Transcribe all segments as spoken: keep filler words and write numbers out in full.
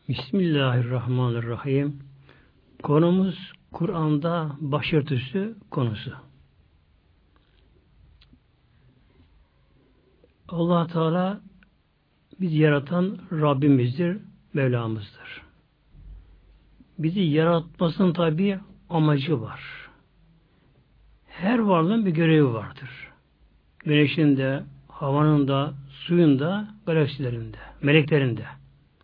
Bismillahirrahmanirrahim. Konumuz Kur'an'da başörtüsü konusu. Allah Teala bizi yaratan Rabbimizdir, Mevlamızdır. Bizi yaratmasının tabi amacı var. Her varlığın bir görevi vardır. Güneşin de, havanın da, suyun da, galaksilerin de, meleklerin de.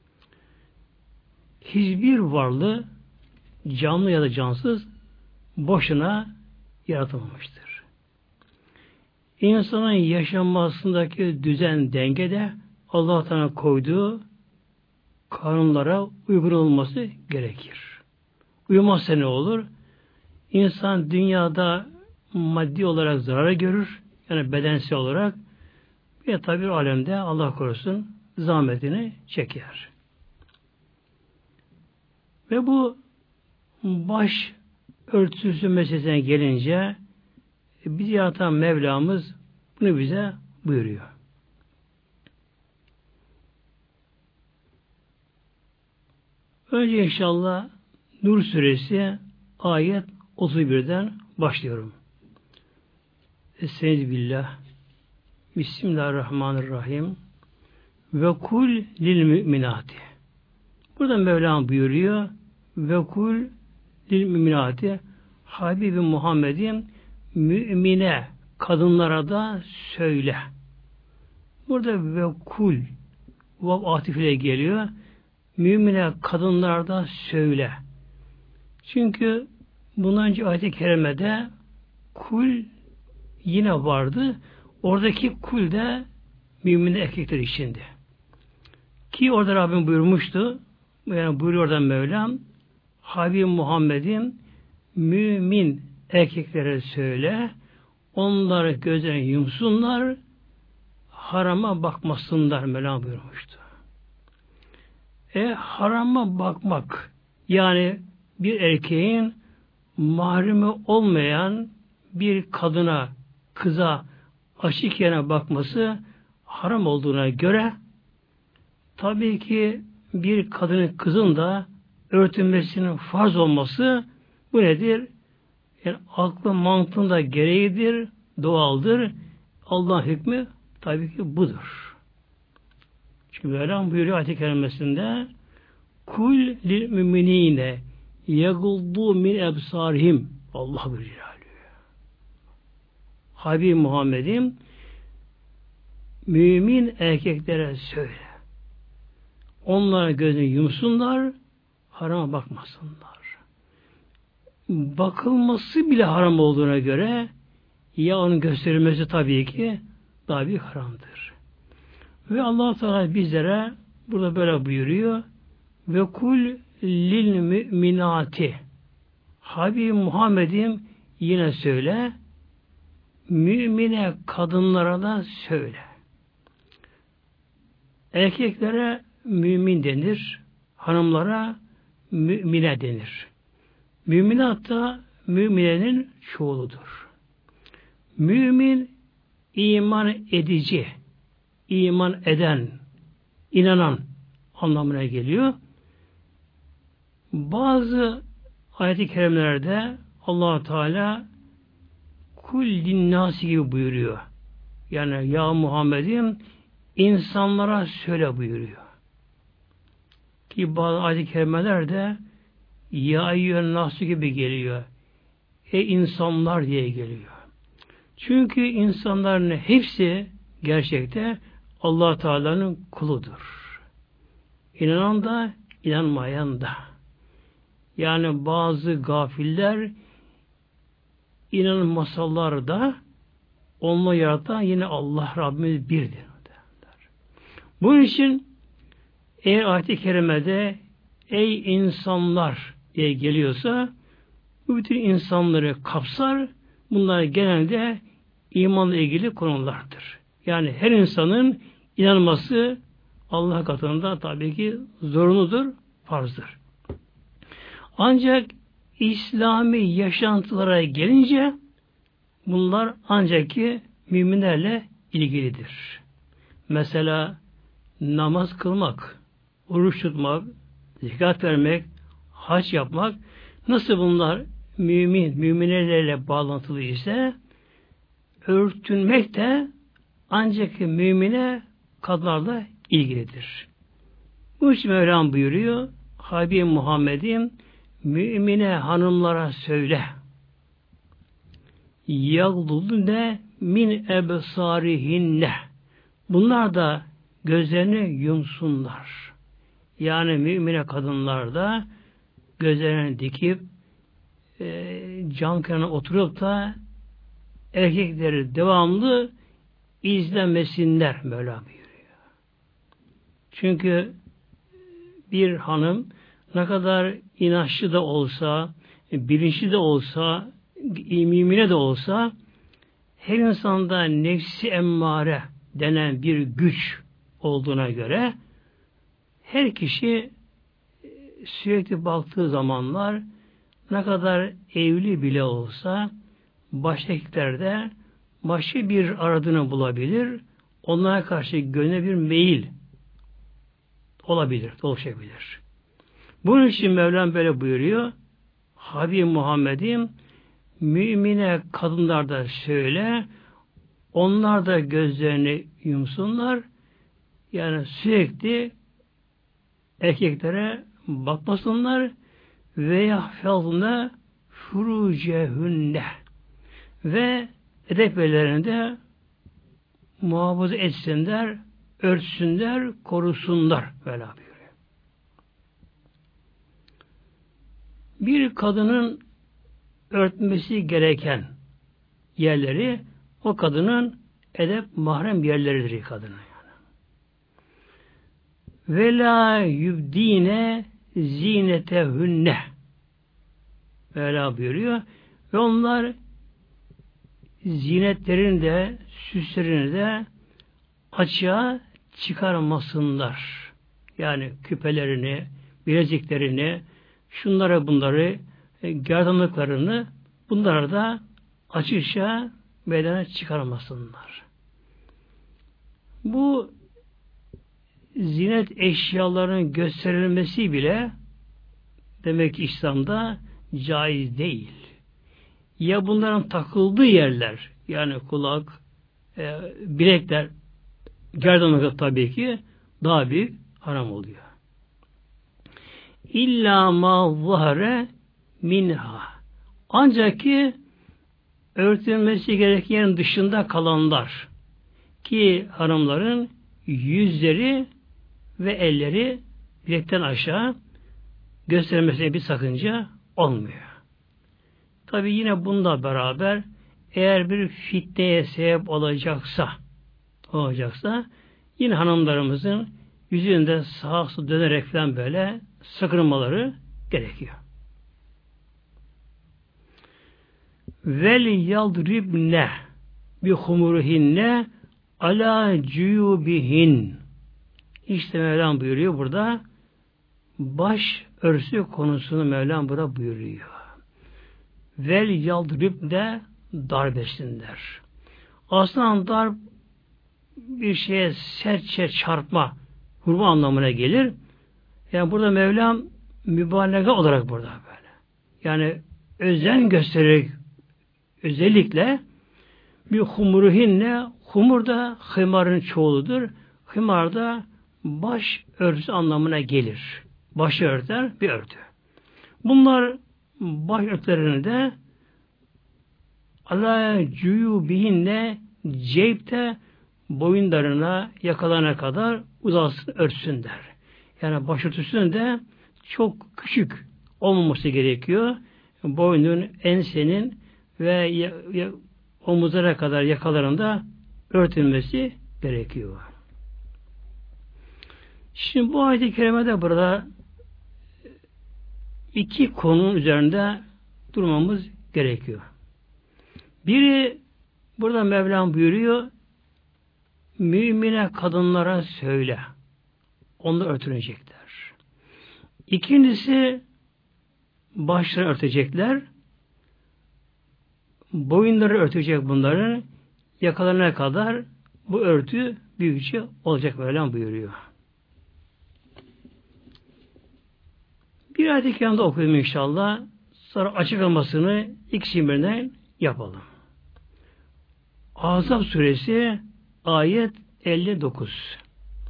Hiçbir varlığı canlı ya da cansız boşuna yaratılmamıştır. İnsanın yaşanmasındaki düzen, denge de Allah Teala koyduğu kanunlara uygun olması gerekir. Uymazsa ne olur? İnsan dünyada maddi olarak zarar görür, yani bedensel olarak, ve tabi alemde Allah korusun zahmetini çeker. Ve bu baş örtüsü meselesine gelince bizi yaratan Mevlamız bunu bize buyuruyor. Önce inşallah Nur Suresi ayet otuz birden başlıyorum. Estağfirullah. Bismillahirrahmanirrahim. Ve kul lil müminati. Burada Mevlam buyuruyor. Ve kul lil müminati. Habibi Muhammed'in mümine kadınlara da söyle. Burada ve kul vav atif ile geliyor. Mümine kadınlara da söyle. Çünkü bundan önce ayet-i kerimede kul yine vardı. Oradaki kul de mümine erkekler içindi. Ki orada Rabbim buyurmuştu. Yani buyuruyor oradan Mevlam, Habib Muhammed'in mümin erkeklere söyle, onları gözlerini yumsunlar, harama bakmasınlar Mevlam buyurmuştu. E harama bakmak, yani bir erkeğin mahremi olmayan bir kadına, kıza açık yerine bakması haram olduğuna göre tabii ki bir kadının, kızın da örtünmesinin farz olması bu nedir? Yani aklı mantığında gereğidir, doğaldır. Allah'ın hükmü tabii ki budur. Çünkü Mevlam buyuruyor ayet-i kerimesinde kul lil müminine yaguddu min ebsarihim Allah buyuruyor. Habib Muhammed'im mümin erkeklere söyle. Onlara gözünü yumsunlar, harama bakmasınlar. Bakılması bile haram olduğuna göre ya onun gösterilmesi tabii ki daha bir haramdır. Ve Allah Teala bizlere burada böyle buyuruyor. Ve kul lil müminati. Habib Muhammed'im yine söyle. Mümine kadınlara da söyle. Erkeklere mümin denir. Hanımlara mümine denir. Müminat da müminenin çoğuludur. Mümin iman edici, iman eden, inanan anlamına geliyor. Bazı ayet-i kerimelerde Allah Teala kul linnâsi gibi buyuruyor. Yani ya Muhammed'im insanlara söyle buyuruyor. Ki bazı ayet-i kerimelerde ya eyyühen nâsü gibi geliyor. Ey insanlar diye geliyor. Çünkü insanların hepsi gerçekte Allah Teala'nın kuludur. İnanan da, inanmayan da. Yani bazı gafiller İnanın masallarda onunla yaratan yine Allah Rabbimiz birdir. Bunun için eğer ayet-i kerimede ey insanlar diye geliyorsa bu bütün insanları kapsar. Bunlar genelde imanla ilgili konulardır. Yani her insanın inanması Allah katında tabii ki zorunludur, farzdır. Ancak İslami yaşantılara gelince bunlar ancak ki müminlerle ilgilidir. Mesela namaz kılmak, oruç tutmak, zekat vermek, hac yapmak, nasıl bunlar mümin, müminelerle bağlantılı ise örtünmek de ancak mümine kadınlarla ilgilidir. Bu için Mevlam buyuruyor, Habib Muhammed'im mümine hanımlara söyle, yagdudne min ebsarihinne, bunlar da gözlerini yumsunlar. Yani mümine kadınlar da gözlerini dikip e, cam kenarına oturup da erkekleri devamlı izlemesinler Mevla buyuruyor. Çünkü bir hanım ne kadar inançlı da olsa, bilinçli de olsa, mümine de olsa, her insanda nefsi emmare denen bir güç olduğuna göre her kişi sürekli baktığı zamanlar ne kadar evli bile olsa baştakiler başka bir aradığını bulabilir. Onlara karşı gönle bir meyil olabilir, oluşabilir. Bunun için Mevlam böyle buyuruyor. Habib Muhammed'im mümine kadınlar da söyle, onlar da gözlerini yumsunlar. Yani sürekli erkeklere bakmasınlar ve yahfazne furucehünne ve edeplerinde muhafaza etsinler, örtsünler, korusunlar. Böyle buyuruyor. Bir kadının örtmesi gereken yerleri o kadının edep mahrem yerleridir kadının. Yani. Ve la yubdine zinetehünne. Böyle buyuruyor. Ve onlar zinetlerini de süslerini de açığa çıkarmasınlar. Yani küpelerini, bileziklerini, şunları bunları, e, gerdanlıklarını bunları da açıkça meydana çıkarmasınlar. Bu zinet eşyalarının gösterilmesi bile demek ki İslam'da caiz değil. Ya bunların takıldığı yerler, yani kulak, e, bilekler, gerdanlıklar tabii ki daha büyük haram oluyor. İlla ma zahre minha. Ancak ki örtülmesi gereken yerin dışında kalanlar ki hanımların yüzleri ve elleri bilekten aşağı göstermesine bir sakınca olmuyor. Tabi yine bununla beraber eğer bir fitneye sebep olacaksa olacaksa yine hanımlarımızın yüzünde sağa sola dönerek falan böyle sakınmaları gerekiyor. Vel yadribne bi humuruhinne ala cuyubihin. İşte Mevlam buyuruyor burada baş örtüsü konusunu Mevlam burada buyuruyor. Vel yadribne darbesinler. Aslında darp bir şeye sertçe çarpma, vurma anlamına gelir. Yani burada Mevlam mübalağa olarak burada böyle. Yani özen göstererek özellikle bir humuruhinne, humur da hımarın çoğuludur. Hımar da baş örtüsü anlamına gelir. Başı örter bir örtü. Bunlar baş örtülerini ala cuyubihinne ceypte boyunlarına yakalarına kadar uzatsın, örtsünler. Yani başörtüsünün de çok küçük olmaması gerekiyor. Boynun, ensenin ve ya, ya, omuzlara kadar yakalarında örtülmesi gerekiyor. Şimdi bu ayet-i kerimede burada iki konunun üzerinde durmamız gerekiyor. Biri burada Mevlam buyuruyor mümine kadınlara söyle. Onlar örtünecekler. İkincisi başlarını örtecekler. Boyunları örtecek bunların. Yakalarına kadar bu örtü büyükçe olacak Mevlam buyuruyor. Bir ayet-i kerimde okuyayım inşallah. Sonra açıklamasını ikisi birden yapalım. Ahzab suresi ayet elli dokuz.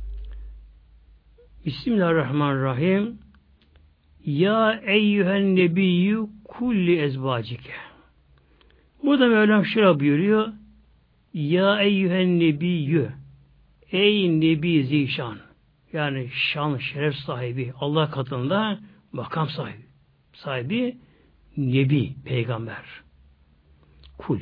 Bismillahirrahmanirrahim. Ya eyyühen nebiyyü kulli ezvacike. Burada Mevlam şöyle buyuruyor. Ya eyyühen nebiyyü. Ey nebi zişan. Yani şan, şeref sahibi, Allah katında makam sahibi. Sahibi nebi, peygamber. Kul.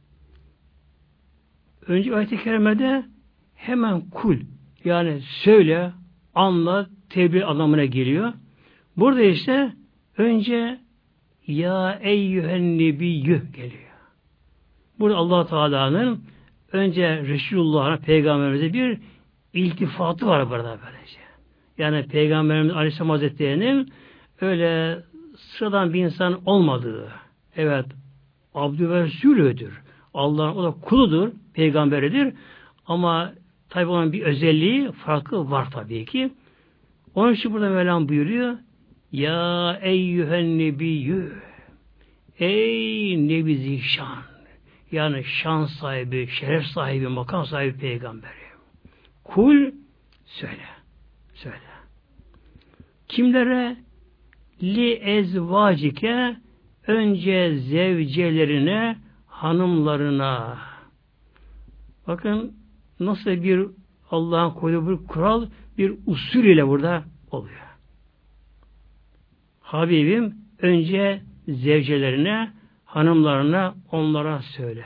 Önce ayet-i kerimede hemen kul. Yani söyle, anla, tebliğ anlamına geliyor. Burada işte önce ya eyyühen nebiyyü geliyor. Burada Allah Teala'nın önce Resulullah'a, Peygamberimize bir iltifatı var burada böylece. Yani Peygamberimiz Aleyhisselam Hazretleri'nin öyle sıradan bir insan olmadığı, evet, abdü ve Resulüdür. Allah'ın o da kuludur, peygamberidir. Ama tabi onun bir özelliği, farkı var tabii ki. Onun için burada Mevlam buyuruyor. Ya eyyühen nebiyyü. Ey nebi zişan. Yani şan sahibi, şeref sahibi, makam sahibi peygamberi. Kul söyle. Söyle. Kimlere? Li ezvacike, önce zevcelerine, hanımlarına. Bakın nasıl bir Allah'ın koyduğu bir kural, bir usul ile burada oluyor. Habibim önce zevcelerine, hanımlarına, onlara söyle.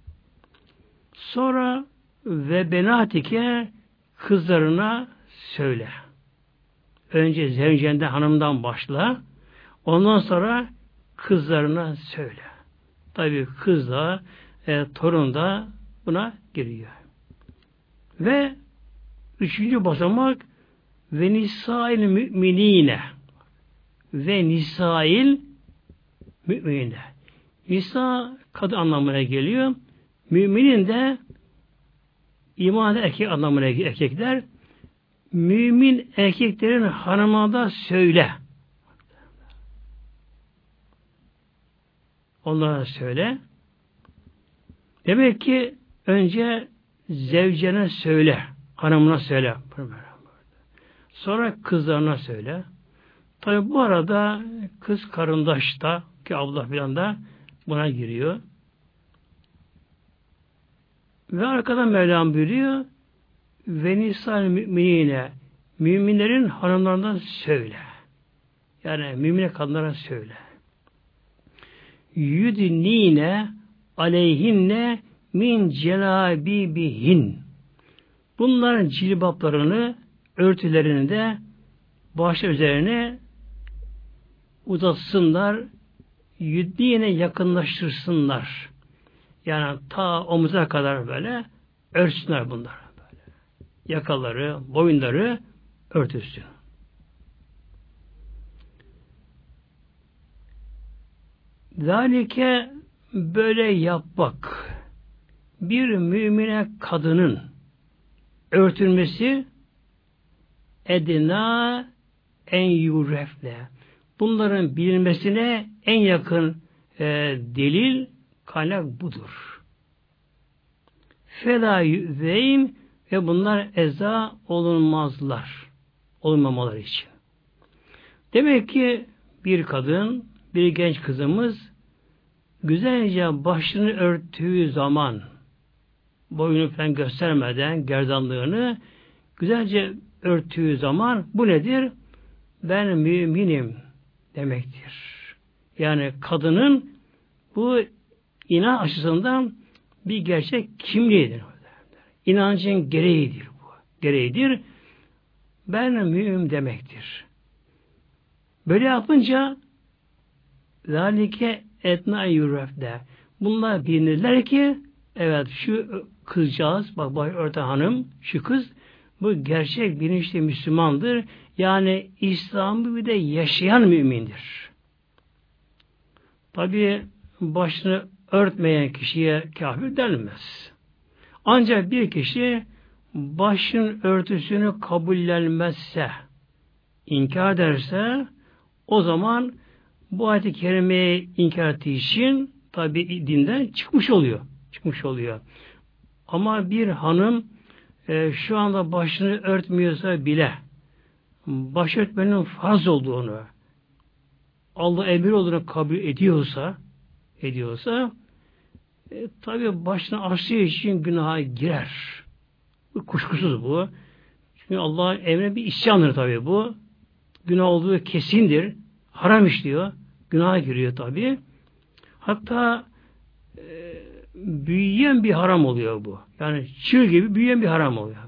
Sonra ve benatike, kızlarına söyle. Önce zevcende hanımdan başla. Ondan sonra kızlarına söyle. Tabii kız da, e, torun da buna giriyor. Ve üçüncü basamak ve nisail müminine ve nisail müminine. Nisa kadın anlamına geliyor. Müminin de iman erkek anlamına geliyor. Erkekler mümin erkeklerin hanımına da söyle. Onlara söyle. Demek ki önce zevcene söyle. Hanımına söyle. Sonra kızlarına söyle. Tabi bu arada kız karındaş da ki abla filan da buna giriyor. Ve arkadan Mevlam buyuruyor ve nisal müminine, müminlerin hanımlarından söyle. Yani mümin kadınlara söyle. Yudnine aleyhinne min celabibihin. Bunların cilbaplarını, örtülerini de başları üzerine uzatsınlar, yudnine yakınlaştırsınlar. Yani ta omuza kadar böyle örtsünler bunlar. Böyle. Yakaları, boyunları örtüsün. Zalike böyle yapmak. Bir mümine kadının örtülmesi edina en yurefle. Bunların bilinmesine en yakın e, delil, kaynak budur. Fela yüzeyn ve bunlar eza olunmazlar. Olmamaları için. Demek ki bir kadın, bir genç kızımız güzelce başını örttüğü zaman, boyunu falan göstermeden gerdanlığını güzelce örttüğü zaman bu nedir? Ben müminim demektir. Yani kadının bu inan açısından bir gerçek kimliğidir. İnancın gereğidir bu. Gereğidir. Ben mümin demektir. Böyle yapınca zalike etna yurefde. Bunlar bilinirler ki evet şu kızcağız, bak baş örten hanım, şu kız bu gerçek bilinçli Müslümandır. Yani İslam'ı bir de yaşayan mümindir. Tabi başını örtmeyen kişiye kafir denilmez. Ancak bir kişi başın örtüsünü kabullenmezse, inkar ederse O zaman bu ayet-i kerimeyi inkar ettiği için tabi dinden çıkmış oluyor. Çıkmış oluyor. Ama bir hanım e, şu anda başını örtmüyorsa bile başörtmenin farz olduğunu, Allah emir olduğunu kabul ediyorsa ediyorsa e, tabi başını açtığı için günaha girer. Kuşkusuz bu. Çünkü Allah'ın emri bir isyandır tabi bu. Günah olduğu kesindir. Haram işliyor. Günaha giriyor tabi. Hatta e, büyüyen bir haram oluyor bu. Yani çığ gibi büyüyen bir haram oluyor.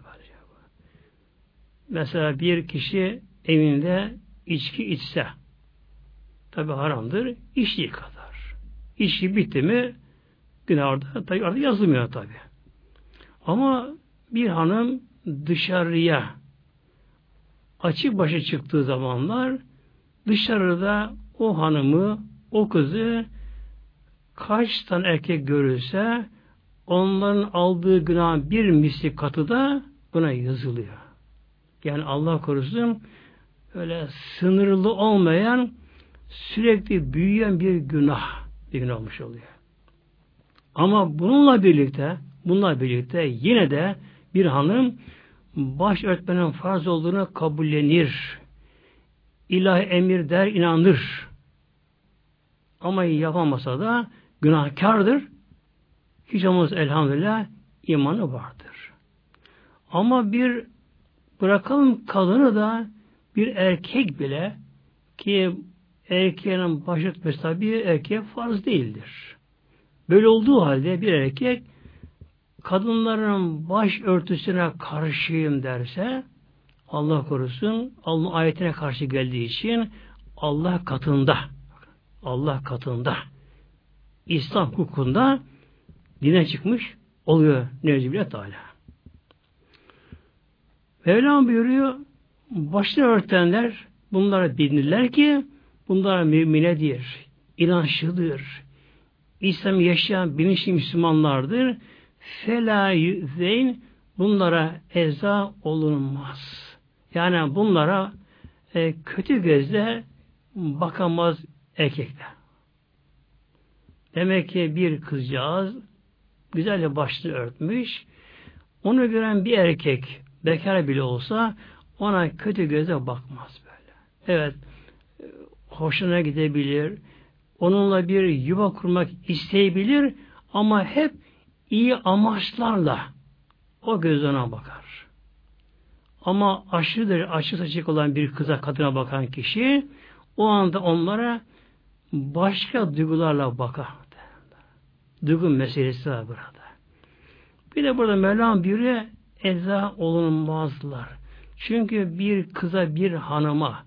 Mesela bir kişi evinde içki içse tabi haramdır. İçtiği kadar. İçki bitti mi günah orada tabi artık yazılmıyor tabi. Ama bir hanım dışarıya açık başı çıktığı zamanlar dışarıda o hanımı, o kızı kaç tane erkek görürse onların aldığı günah bir misli katı da buna yazılıyor. Yani Allah korusun öyle sınırlı olmayan sürekli büyüyen bir günah bir gün olmuş oluyor. Ama bununla birlikte bununla birlikte yine de bir hanım başörtmenin farz olduğunu kabullenir. İlahi emir der, inanır. Ama yapamasa da günahkardır. Hiç olmaz elhamdülillah imanı vardır. Ama bir bırakalım kadını da bir erkek bile ki erkeğin başörtmesi tabi erkeğe farz değildir. Böyle olduğu halde bir erkek kadınların baş örtüsüne karşıyım derse Allah korusun Allah ayetine karşı geldiği için Allah katında Allah katında İslam hukukunda dine çıkmış oluyor Nevzibile Teala. Mevlam buyuruyor başını örtenler bunlara bilirler ki bunlar müminedir, inançlıdır. İslam yaşayan bilinçli Müslümanlardır. Fela yüzeyn bunlara eza olunmaz. Yani bunlara e, kötü gözle bakamaz erkekler. Demek ki bir kızcağız güzelce başını örtmüş. Onu gören bir erkek bekar bile olsa ona kötü göze bakmaz böyle. Evet hoşuna gidebilir. Onunla bir yuva kurmak isteyebilir ama hep iyi amaçlarla o gözüne bakar. Ama aşırı aşırı saçık olan bir kıza kadına bakan kişi o anda onlara başka duygularla bakar. Duygu meselesi var burada. Bir de burada Mevlam buyuruyor eza olunmazlar. Çünkü bir kıza bir hanıma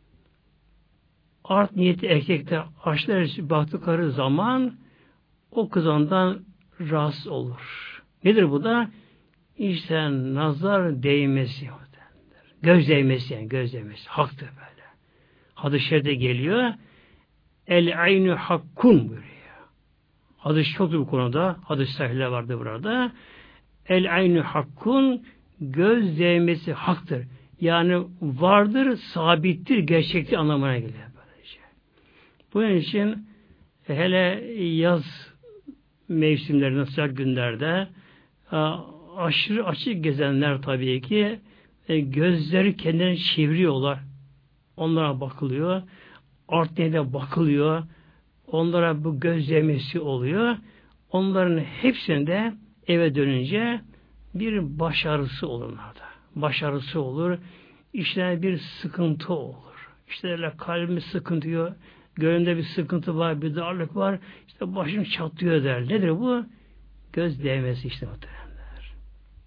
art niyeti erkekler aşırı baktıkları zaman o kız ondan rahatsız olur. Nedir bu da? İşte nazar değmesi. Göz değmesi yani göz değmesi. Haktır böyle. Hadis-i şerifte geliyor. El aynu hakkun buyuruyor. Hadis çoktur bu konuda. Hadis sahihler vardı burada. El aynu hakkun göz değmesi haktır. Yani vardır, sabittir, gerçektir anlamına geliyor. Böylece. Bunun için hele yaz mevsimlerinde, sıcak günlerde aşırı açık gezenler tabii ki gözleri kendine çeviriyorlar. Onlara bakılıyor. Art niyete bakılıyor. Onlara bu göz değmesi oluyor. Onların hepsinde eve dönünce bir başarısı olur onlarda. Başarısı olur. İşte bir sıkıntı olur. İşte öyle kalbim sıkıntıyor. Gönlümde bir sıkıntı var, bir darlık var. İşte başım çatlıyor der. Nedir bu? Göz değmesi işte muhtemelenler.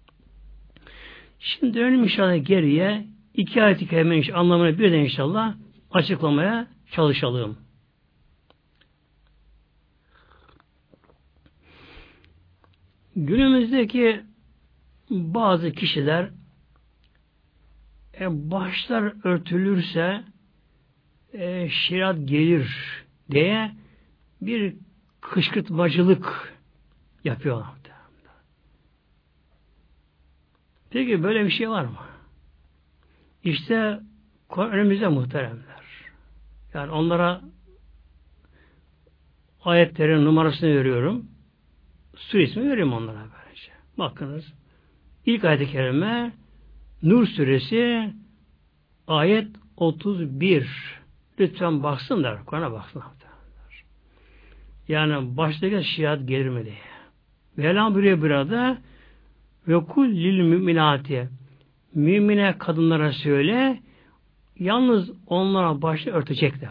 Şimdi dönelim inşallah geriye iki ayet-i kerimenin anlamını birden inşallah açıklamaya çalışalım. Günümüzdeki bazı kişiler e, başlar örtülürse e, şeriat gelir diye bir kışkırtmacılık yapıyorlar. Peki böyle bir şey var mı? İşte önümüzde muhteremler. Yani onlara ayetlerin numarasını veriyorum. Sure ismi veriyorum onlara böylece. Bakınız. İlk ayet-i kerime Nur suresi ayet otuz bir. Lütfen baksınlar. Kur'an'a baksınlar. Yani baştaki şiat gelir mi diye. Mevlam buyuruyor burada ve kul lil müminati, mümine kadınlara söyle, yalnız onlara başı örtecekler.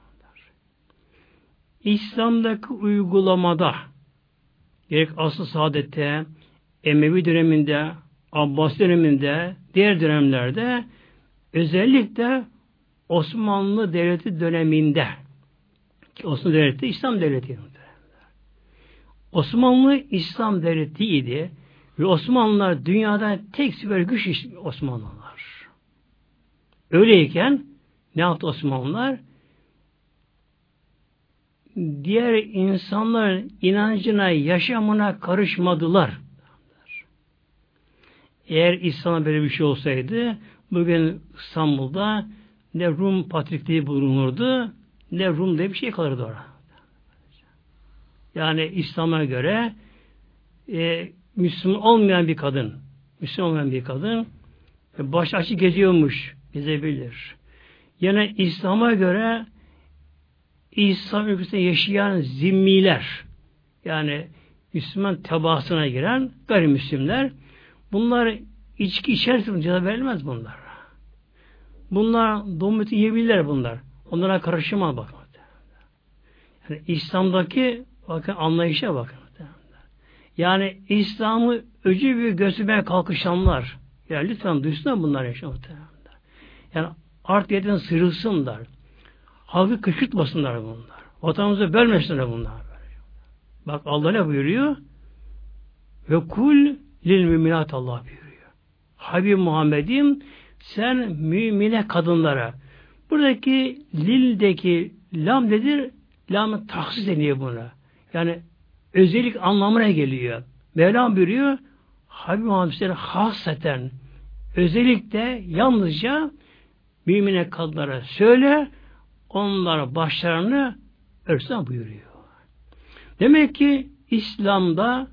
İslam'daki uygulamada gerek asr-ı saadette, Emevi döneminde, Abbas döneminde, diğer dönemlerde özellikle Osmanlı Devleti döneminde, ki Osmanlı Devleti İslam Devleti. Osmanlı İslam Devleti'ydi ve Osmanlılar dünyada tek süper güç Osmanlılar. Öyleyken ne yaptı Osmanlılar? Diğer insanların inancına, yaşamına karışmadılar. Eğer İslam'a böyle bir şey olsaydı, bugün İstanbul'da ne Rum Patrikliği bulunurdu, ne Rum diye bir şey kalırdı orada. Yani İslam'a göre e, Müslüman olmayan bir kadın, Müslüman olmayan bir kadın e, baş açık geziyormuş, gezebilir. Yani İslam'a göre İslam ülkesinde yaşayan zimmiler, yani Müslüman tebaasına giren gayrimüslimler, bunlar içki içerse ceza verilmez bunlar. Bunlar domuz yiyebilirler bunlar. Onlara karışılmaz bakın. Yani İslam'daki bakın anlayışa bakın. Yani İslam'ı öcü bir göstermeye kalkışanlar, yani lütfen duysunlar bunlar yaşamı. Yani art yerden sıyrılsınlar. Halkı kışkırtmasınlar bunlar. Vatanımızı bölmesinler bunlar. Bak Allah ne buyuruyor? Ve kul lil müminat Allah buyuruyor. Habib Muhammed'im sen mümine kadınlara. Buradaki lildeki lam nedir? Lam tahsis deniyor buna. Yani özellik anlamına geliyor. Mevlam buyuruyor Habib Muhammed'e hasreten özellikle yalnızca mümine kadınlara söyle, onlara başlarını örtsen buyuruyor. Demek ki İslam'da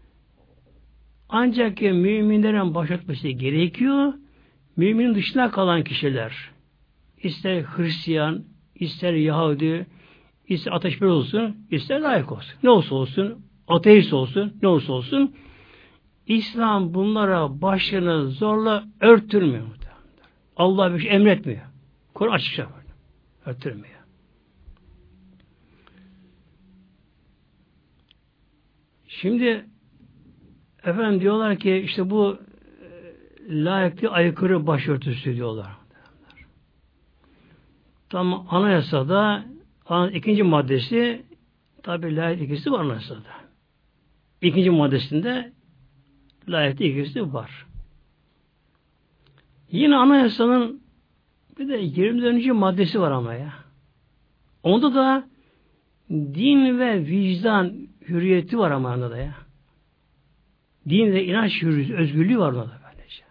ancak müminlerin başörtmesi gerekiyor. Müminin dışına kalan kişiler, ister Hristiyan, ister Yahudi, ister ateşpar olsun, ister layık olsun. Ne olsa olsun, ateist olsun, ne olsa olsun, İslam bunlara başını zorla örtürmüyor. Allah bir şey emretmiyor. Kur'an açıkça var. Örtürmüyor. Şimdi efendim diyorlar ki işte bu layıklı aykırı başörtüsü diyorlar. Tam anayasada ikinci maddesi tabi layık ikisi var anayasada. İkinci maddesinde layıklı ikisi var. Yine anayasanın bir de yirmi dördüncü maddesi var ama ya. Onda da din ve vicdan hürriyeti var ama onda da ya. Din ve inanç hürriyeti, özgürlüğü var orada böylece.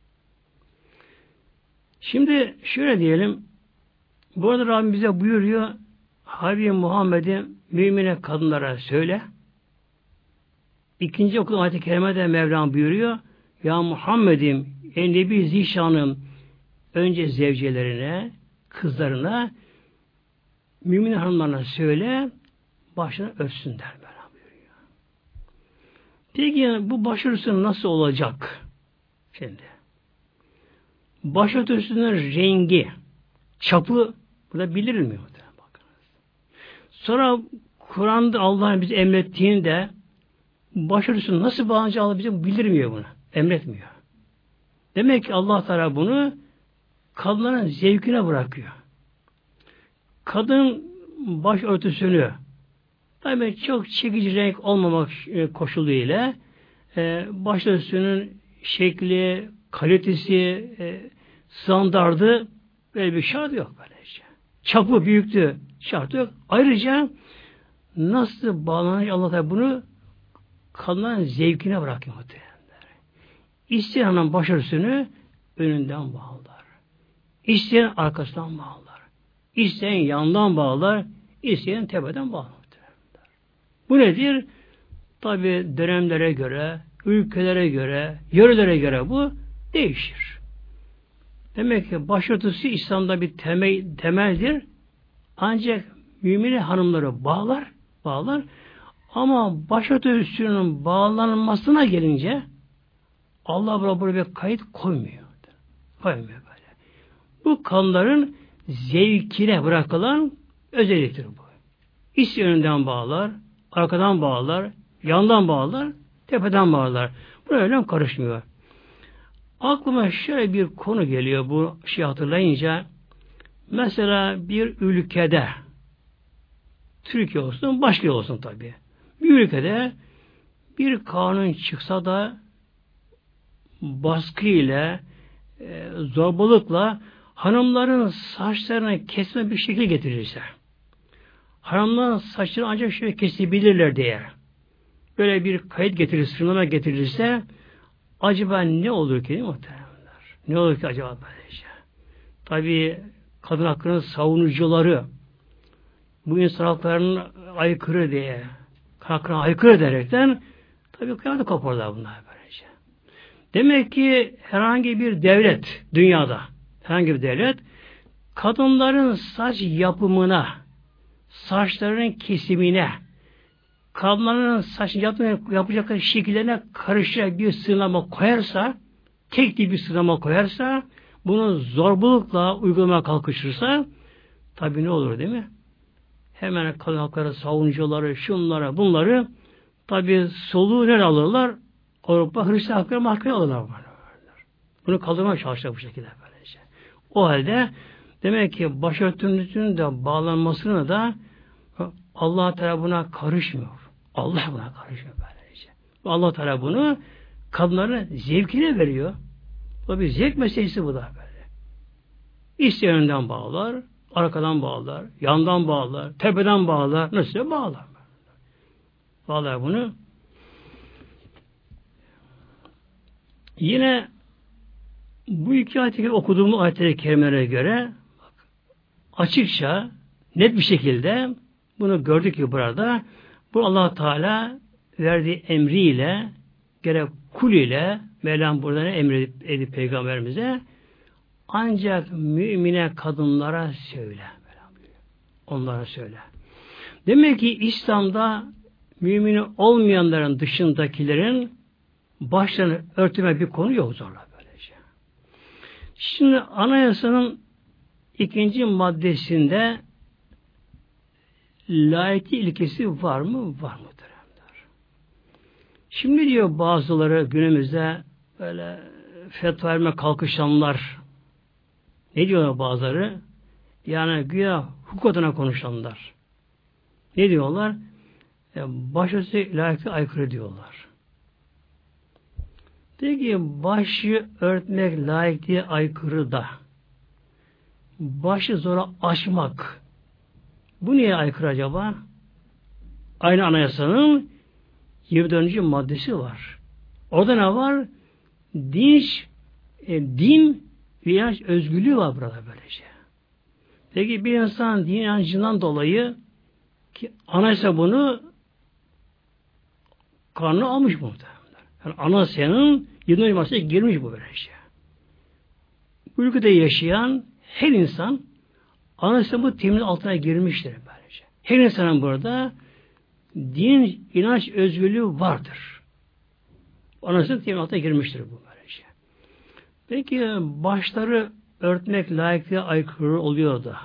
Şimdi şöyle diyelim, bu arada Rabbim bize buyuruyor, Habib Muhammed'in mümine kadınlara söyle. İkinci okuduğum ayet-i kerimede Mevlam buyuruyor, ya Muhammed'im, ey Nebi Zişan'ım, önce zevcelerine, kızlarına, mümin hanımlarına söyle, başını örtsünler böyle buyuruyor. Peki bu başörtüsü nasıl olacak? Şimdi başörtüsünün rengi, çapı burada bilinmiyor. Sonra Kur'an'da Allah'ın bize emrettiğinde başörtüsünü nasıl bağlanacağını bize bildirmiyor bunu. Emretmiyor. Demek ki Allah Teala bunu kadınların zevkine bırakıyor. Kadın başörtüsünü tabii çok çekici renk olmamak koşuluyla e, başörtüsünün şekli, kalitesi, e, standardı böyle bir şart yok böylece. Çapı, büyüklüğü şartı yok. Ayrıca nasıl bağlanacak Allah Teala bunu kadınların zevkine bırakıyor. İsteyen hanım başörtüsünü önünden bağlar. İsteyen arkasından bağlar. İsteyen yandan bağlar, isteyen tepeden bağlar. Bu nedir? Tabi dönemlere göre, ülkelere göre, yörelere göre bu değişir. Demek ki başörtüsü İslam'da bir temel, temeldir. Ancak mümin hanımları bağlar, bağlar. Ama başörtüsünün bağlanmasına gelince Allah buraya bir kayıt koymuyor. Koymuyor böyle. Bu kanların zevkine bırakılan özelliktir bu. İç yönünden bağlar, arkadan bağlar, yandan bağlar, tepeden bağlar. Buna öyle karışmıyor. Aklıma şöyle bir konu geliyor bu şey hatırlayınca. Mesela bir ülkede, Türkiye olsun, başka olsun tabii. Bir ülkede bir kanun çıksa da baskı ile, e, zorbalıkla hanımların saçlarını kesme bir şekil getirirse, hanımların saçlarını ancak şöyle kesebilirler diye, böyle bir kayıt getirir, sınırlama getirirse, acaba ne olur ki muhtemelenler? Ne olur ki acaba böylece? Tabii kadın hakkının savunucuları, bu insan haklarının aykırı diye, hakkına aykırı diyerekten tabii kıyamete koparlar bunlar böylece. Demek ki herhangi bir devlet dünyada, herhangi bir devlet kadınların saç yapımına, saçlarının kesimine, kadınların saç yapacakları şekillerine karışacak bir sınırlama koyarsa, tek bir sınırlama koyarsa, bunu zorbalıkla uygulamaya kalkışırsa, tabii ne olur değil mi? Hemen kadın hakları savunucuları, şunlara, bunları tabii soluğu nereye alırlar? Avrupa Hristiyan hakları mahkemeye alırlar. Bunu kaldırmaya çalışacak bu şekilde böylece. O halde demek ki başörtünün de bağlanmasını da Allah Teala buna karışmıyor. Allah buna karışmıyor böylece. Allah Teala bunu kadınların zevkine veriyor. O bir zevk meselesi bu da böyle. İsteyen önden bağlar, arkadan bağlar, yandan bağlar, tepeden bağlar, nasıl bağlar. Bağlar bunu. Yine bu iki ayet-i okuduğumuz ayet-i kerimelere göre bak, açıkça, net bir şekilde bunu gördük ki burada bu Allah Teala verdiği emriyle gerek kul ile Mevlam burada ne emredip edip peygamberimize ancak mümine kadınlara söyle. Onlara söyle. Demek ki İslam'da mümin olmayanların dışındakilerin başlarını örtme bir konu yok zorla böylece. Şimdi anayasanın ikinci maddesinde layıklık ilkesi var mı? Var mıdır? Şimdi diyor bazıları günümüzde böyle fetva verme kalkışanlar, ne diyorlar bazıları? Yani güya hukuk adına konuşanlar. Ne diyorlar? E, başörtüsü layıklığa aykırı diyorlar. Peki başı örtmek layıklığa aykırı da başı zora açmak bu niye aykırı acaba? Aynı anayasanın yirmi dördüncü maddesi var. Orada ne var? Din, e, din ve inanç özgürlüğü var burada böylece. Peki bir insan din inancından dolayı ki anayasa bunu kanuna almış muhtemelen. Yani anayasanın yirmi dördüncü maddesine girmiş bu böylece. Bu ülkede yaşayan her insan anayasanın bu temin altına girmiştir böylece. Her insanın burada din, inanç özgürlüğü vardır. Anayasanın temin altına girmiştir bu böylece. Peki başları örtmek layıklığa aykırı oluyor da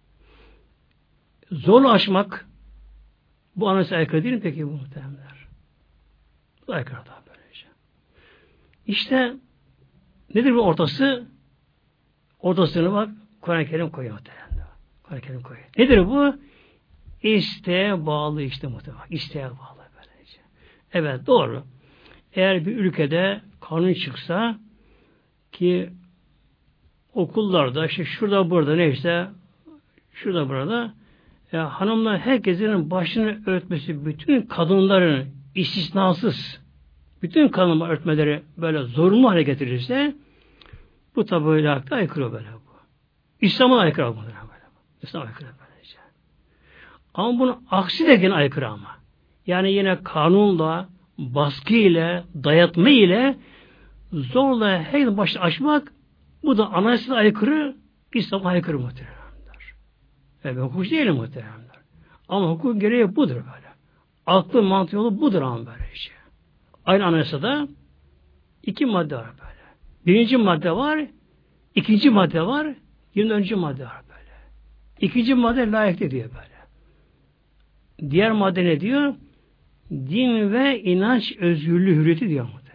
zorla açmak bu anayasa aykırı değil mi peki bu muhtemelenler? Bu aykırı da böylece. İşte nedir bu ortası? Ortasını bak Kur'an-ı Kerim koyuyor muhtemelen. Kur'an-ı Kerim koyuyor. Nedir bu? İsteğe bağlı işte muhtemelen. İsteğe bağlı böylece. Evet doğru. Eğer bir ülkede kanun çıksa ki okullarda işte şurada burada neyse şurada burada ya hanımlar herkesin başını örtmesi bütün kadınların istisnasız bütün kadınlar örtmeleri böyle zorunlu hale getirirse bu tabi layıklığa aykırı böyle bu. İslam'a aykırı bu. İslam aykırı böylece. Ama bunun aksi de gene aykırı ama. Yani yine kanunla, baskı ile, dayatma ile zorla her başını açmak bu da anayasaya aykırı, İslam'a aykırı muhteremler. Evet, hukuk değil muhteremler. Ama hukuk gereği budur böyle. Aklı mantığı yolu budur ama böyle şey. Aynı anayasada iki madde var böyle. Birinci madde var, ikinci madde var, yirmi öncü madde var böyle. İkinci madde layıklı diyor böyle. Diğer madde ne diyor? Din ve inanç özgürlüğü hürriyeti diyor muhtemelen.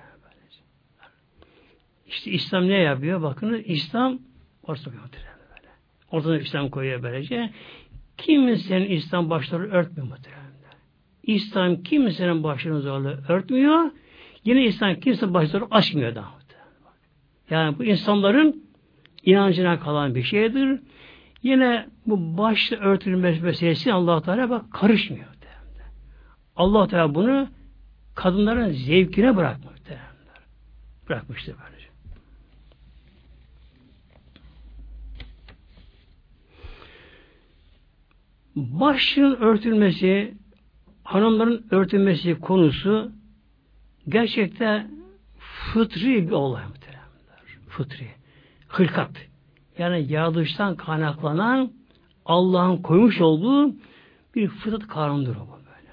İşte İslam ne yapıyor? Bakın İslam varsa böyle. Ortadan İslam koyuyor böylece. Kimsenin İslam başları örtmüyor muhtemelen. İslam kimsenin başını zorla örtmüyor. Yine İslam kimse başları açmıyor da. Yani bu insanların inancına kalan bir şeydir. Yine bu başla örtülmesi meselesi Allah Teala bak karışmıyor. Allah Teala bunu kadınların zevkine bırakmış. Bırakmıştır böylece. Başın örtülmesi, hanımların örtülmesi konusu gerçekten fıtri bir olay muhtemelen. Fıtri. Hılkat. Yani yaratılıştan kaynaklanan Allah'ın koymuş olduğu bir fıtrat kanundur bu böyle.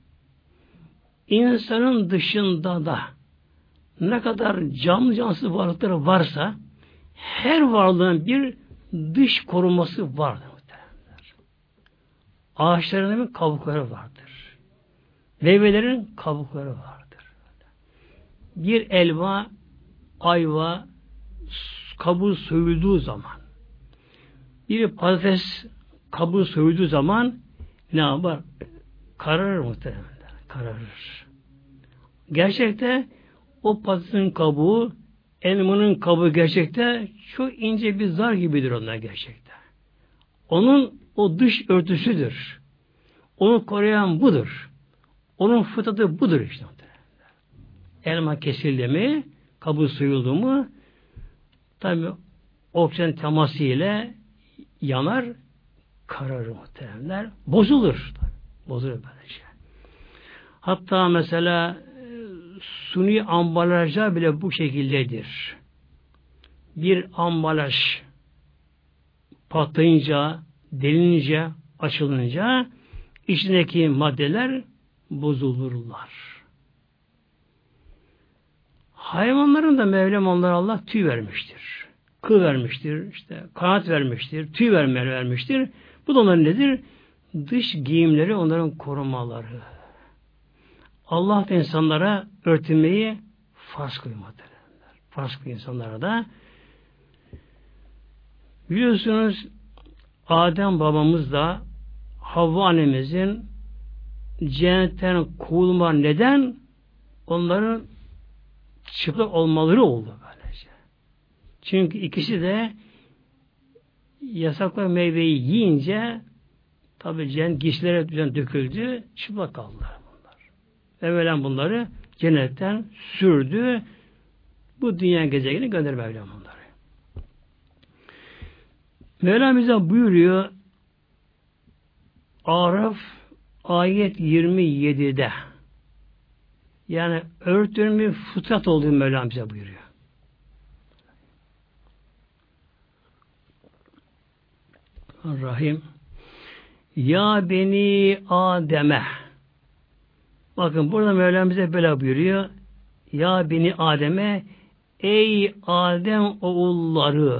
İnsanın dışında da ne kadar canlı cansız varlıkları varsa her varlığın bir dış koruması vardır. Ağaçların kabukları vardır. Meyvelerin kabukları vardır. Bir elma, ayva kabuğu soyulduğu zaman, bir patates kabuğu soyulduğu zaman ne yapar? Kararır muhtemelen. Kararır. Gerçekte o patatesin kabuğu, elmanın kabuğu gerçekte çok ince bir zar gibidir onlar gerçekte. Onun o dış örtüsüdür. Onu koruyan budur. Onun fıtratı budur işte. Elma kesildi mi, kabuğu soyuldu mu, tabi oksijen teması ile yanar, kararır muhteremler. Bozulur. Bozulur böylece. Hatta mesela suni ambalajlar bile bu şekildedir. Bir ambalaj patlayınca, delinince, açılınca içindeki maddeler bozulurlar. Hayvanların da Mevlam onlara Allah tüy vermiştir. Kıl vermiştir, işte kanat vermiştir, tüy vermeleri vermiştir. Bu da onların nedir? Dış giyimleri onların korumaları. Allah da insanlara örtünmeyi farz kılmadır. Farz kılıyor insanlara da. Biliyorsunuz Adem babamız da Havva annemizin cennetten kovulma neden onların çıplak olmaları oldu böylece. Çünkü ikisi de yasaklı meyveyi yiyince tabi cennet giysilere döküldü, çıplak kaldılar bunlar. Evvelen bunları cennetten sürdü, bu dünya gezegenine gönderdi Mevlam bunları. Mevlam bize buyuruyor Araf ayet yirmi yedide, yani örtünün fıtrat olduğunu Mevlam bize buyuruyor. Rahim Ya beni Adem'e, bakın burada Mevlam bize böyle buyuruyor. Ya beni Adem'e, ey Adem oğulları.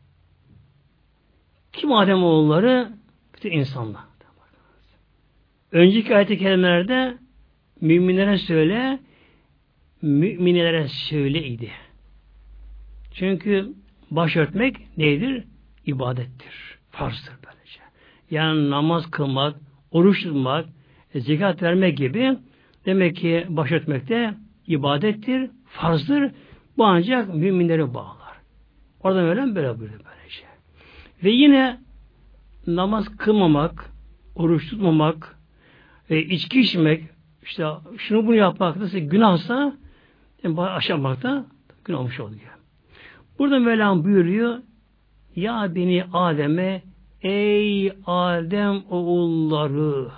Kim Adem oğulları? Bütün insanlar. Önceki ayet-i kerimelerde müminlere söyle, müminlere söyle idi. Çünkü başörtmek nedir? İbadettir. Farzdır böylece. Yani namaz kılmak, oruç tutmak, zekat vermek gibi demek ki başörtmek de ibadettir, farzdır. Bu ancak müminleri bağlar. Oradan öyle böyle buyurdu böylece. Ve yine namaz kılmamak, oruç tutmamak, e, içki içmek, işte şunu bunu yapmak da günahsa yani aşamak da günah olmuş oluyor. Burada Mevlam buyuruyor Ya beni Adem'e ey Adem oğulları.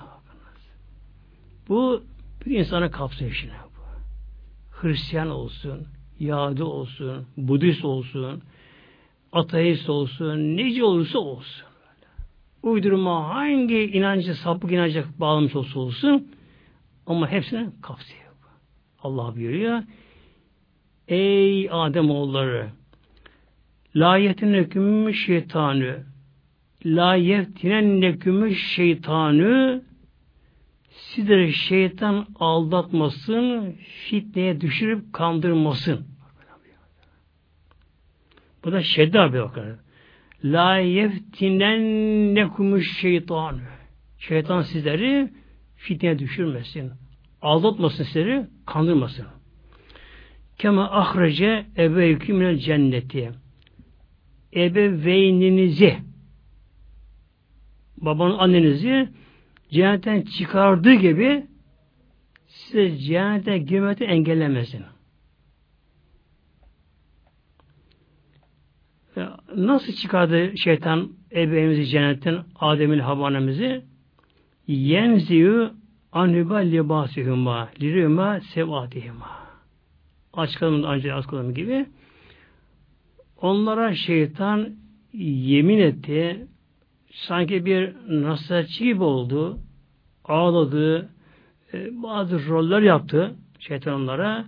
Bu bir insana kapsıyor işine bu. Hristiyan olsun, Yahudi olsun, Budist olsun, ateist olsun, nece olursa olsun. Uydurma hangi inancı, sapık inanca bağlamış olsa olsun ama hepsini kapsıyor. Allah buyuruyor. Ey Adem oğulları, la yetinekümü şeytanı, la yeftinennekümü şeytanı, sizleri şeytan aldatmasın, fitneye düşürüp kandırmasın. Bu da şedda bir bakar. La yeftinennekümü şeytanı. Şeytan sizleri fitneye düşürmesin. Aldatmasın sizleri, kandırmasın. Kema ahrece ebeyküm minel cenneti. Ebeveyninizi, babanın annenizi cennetten çıkardığı gibi size cennete girmekten engellemesin. Nasıl çıkardı şeytan ebeveynimizi cennetten, Adem'in Havva'nımızı? Yenziyu anhüba libasihuma lirüma sevatihima. Açıkladım önce açıkladım gibi. Onlara şeytan yemin etti. Sanki bir nasihatçı gibi oldu. Ağladı. Bazı roller yaptı şeytan onlara.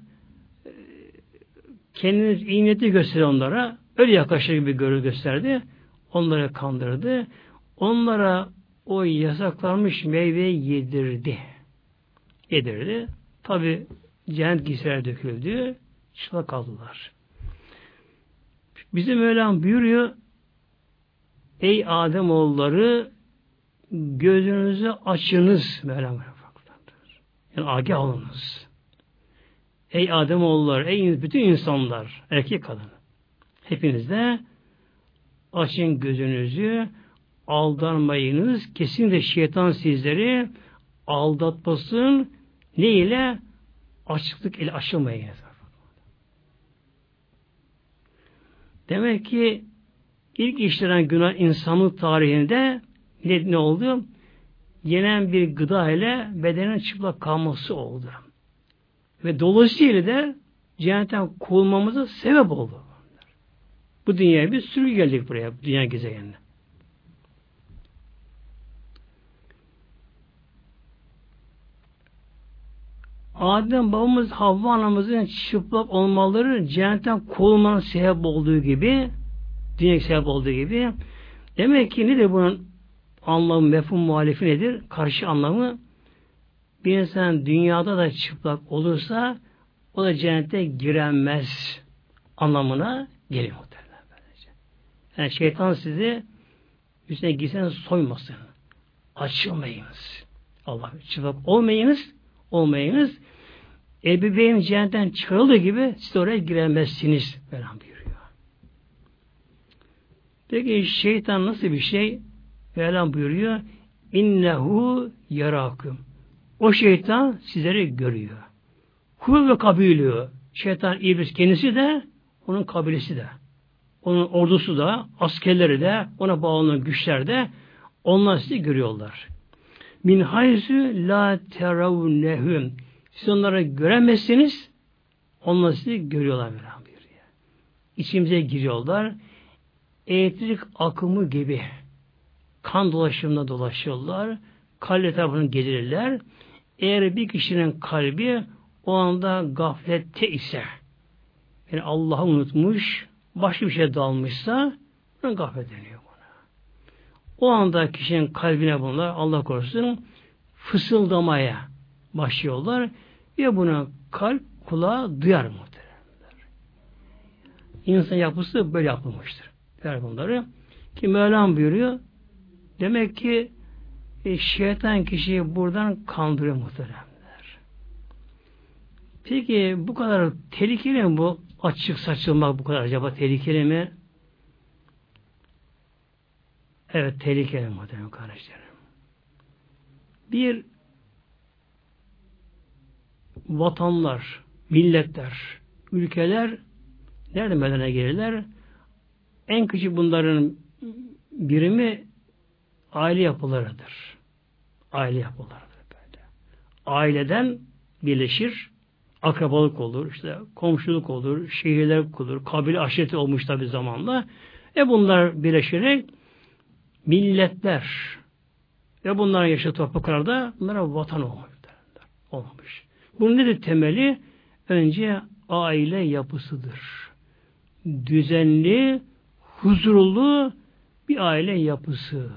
Kendini iyi niyetli gösterdi onlara. Öyle yaklaşır gibi görü gösterdi. Onları kandırdı. Onlara o yasaklanmış meyveyi yedirdi. Yedirdi. Tabi cennet giysiler döküldü. Çıplak kaldılar. Bizim Mevlam buyuruyor, ey Ademoğulları, gözünüzü açınız Mevlam. Yani agah olunuz. Ey Ademoğulları, ey bütün insanlar, erkek kadın. Hepiniz de açın gözünüzü, aldanmayınız. Kesinlikle şeytan sizleri aldatmasın. Ne ile? Açıklık ile aşılmayınız. Demek ki ilk işlenen günah insanlık tarihinde ne, ne oldu? Yenen bir gıda ile bedenin çıplak kalması oldu. Ve dolayısıyla da cennetten kovulmamıza sebep oldu. Bu dünyaya bir sürü geldik buraya, dünya gezegenine. Adem babamız Havva anamızın çıplak olmaları cennetten kovulmanın sebep olduğu gibi, dünya sebep olduğu gibi, demek ki nedir bunun anlamı, mefhum muhalifi nedir? Karşı anlamı, bir insan dünyada da çıplak olursa o da cennete giremez anlamına geliyor muhtemelen. Yani şeytan sizi üstüne giyseniz soymasın. Açılmayınız. Allah çıplak olmayınız, olmayınız. Ebeveyn cennetten çıkarıldığı gibi siz oraya giremezsiniz. Mevlam buyuruyor. Peki şeytan nasıl bir şey? Mevlam buyuruyor. İnnehu yaraküm. O şeytan sizleri görüyor. Kul ve kabilüyor. Şeytan iblis kendisi de onun kabilesi de. Onun ordusu da, askerleri de, ona bağlanan güçler de onlar sizi görüyorlar. Min hayzü la teravnehum. Siz onları göremezsiniz, onlar sizi görüyorlar. İçimize giriyorlar. Elektrik akımı gibi kan dolaşımında dolaşıyorlar. Kalp etrafını gelirler. Eğer bir kişinin kalbi o anda gaflette ise, yani Allah'ı unutmuş, başka bir şeye dalmışsa buna gaflet deniyor buna. O anda kişinin kalbine bunlar Allah korusun fısıldamaya başlıyorlar ve buna kalp kulağı duyar muhteremler. İnsan yapısı böyle yapılmıştır. Der bunları. Ki Mevlam buyuruyor. Demek ki e, şeytan kişiyi buradan kandırıyor muhteremler. Peki bu kadar tehlikeli mi bu? Açık saçılmak bu kadar acaba tehlikeli mi? Evet, tehlikeli muhtemelen kardeşlerim. Bir vatanlar, milletler, ülkeler nerede meydana gelirler? En küçük bunların birimi aile yapılarıdır. Aile yapılarıdır böyle. Aileden birleşir, akrabalık olur, işte komşuluk olur, şehirler olur, kabile aşireti olmuş tabi zamanla. E bunlar birleşerek milletler ve bunların yaşadığı topraklarda bunlara vatan olmuş. olmuş. Bunun nedir temeli? Önce aile yapısıdır. Düzenli, huzurlu bir aile yapısı.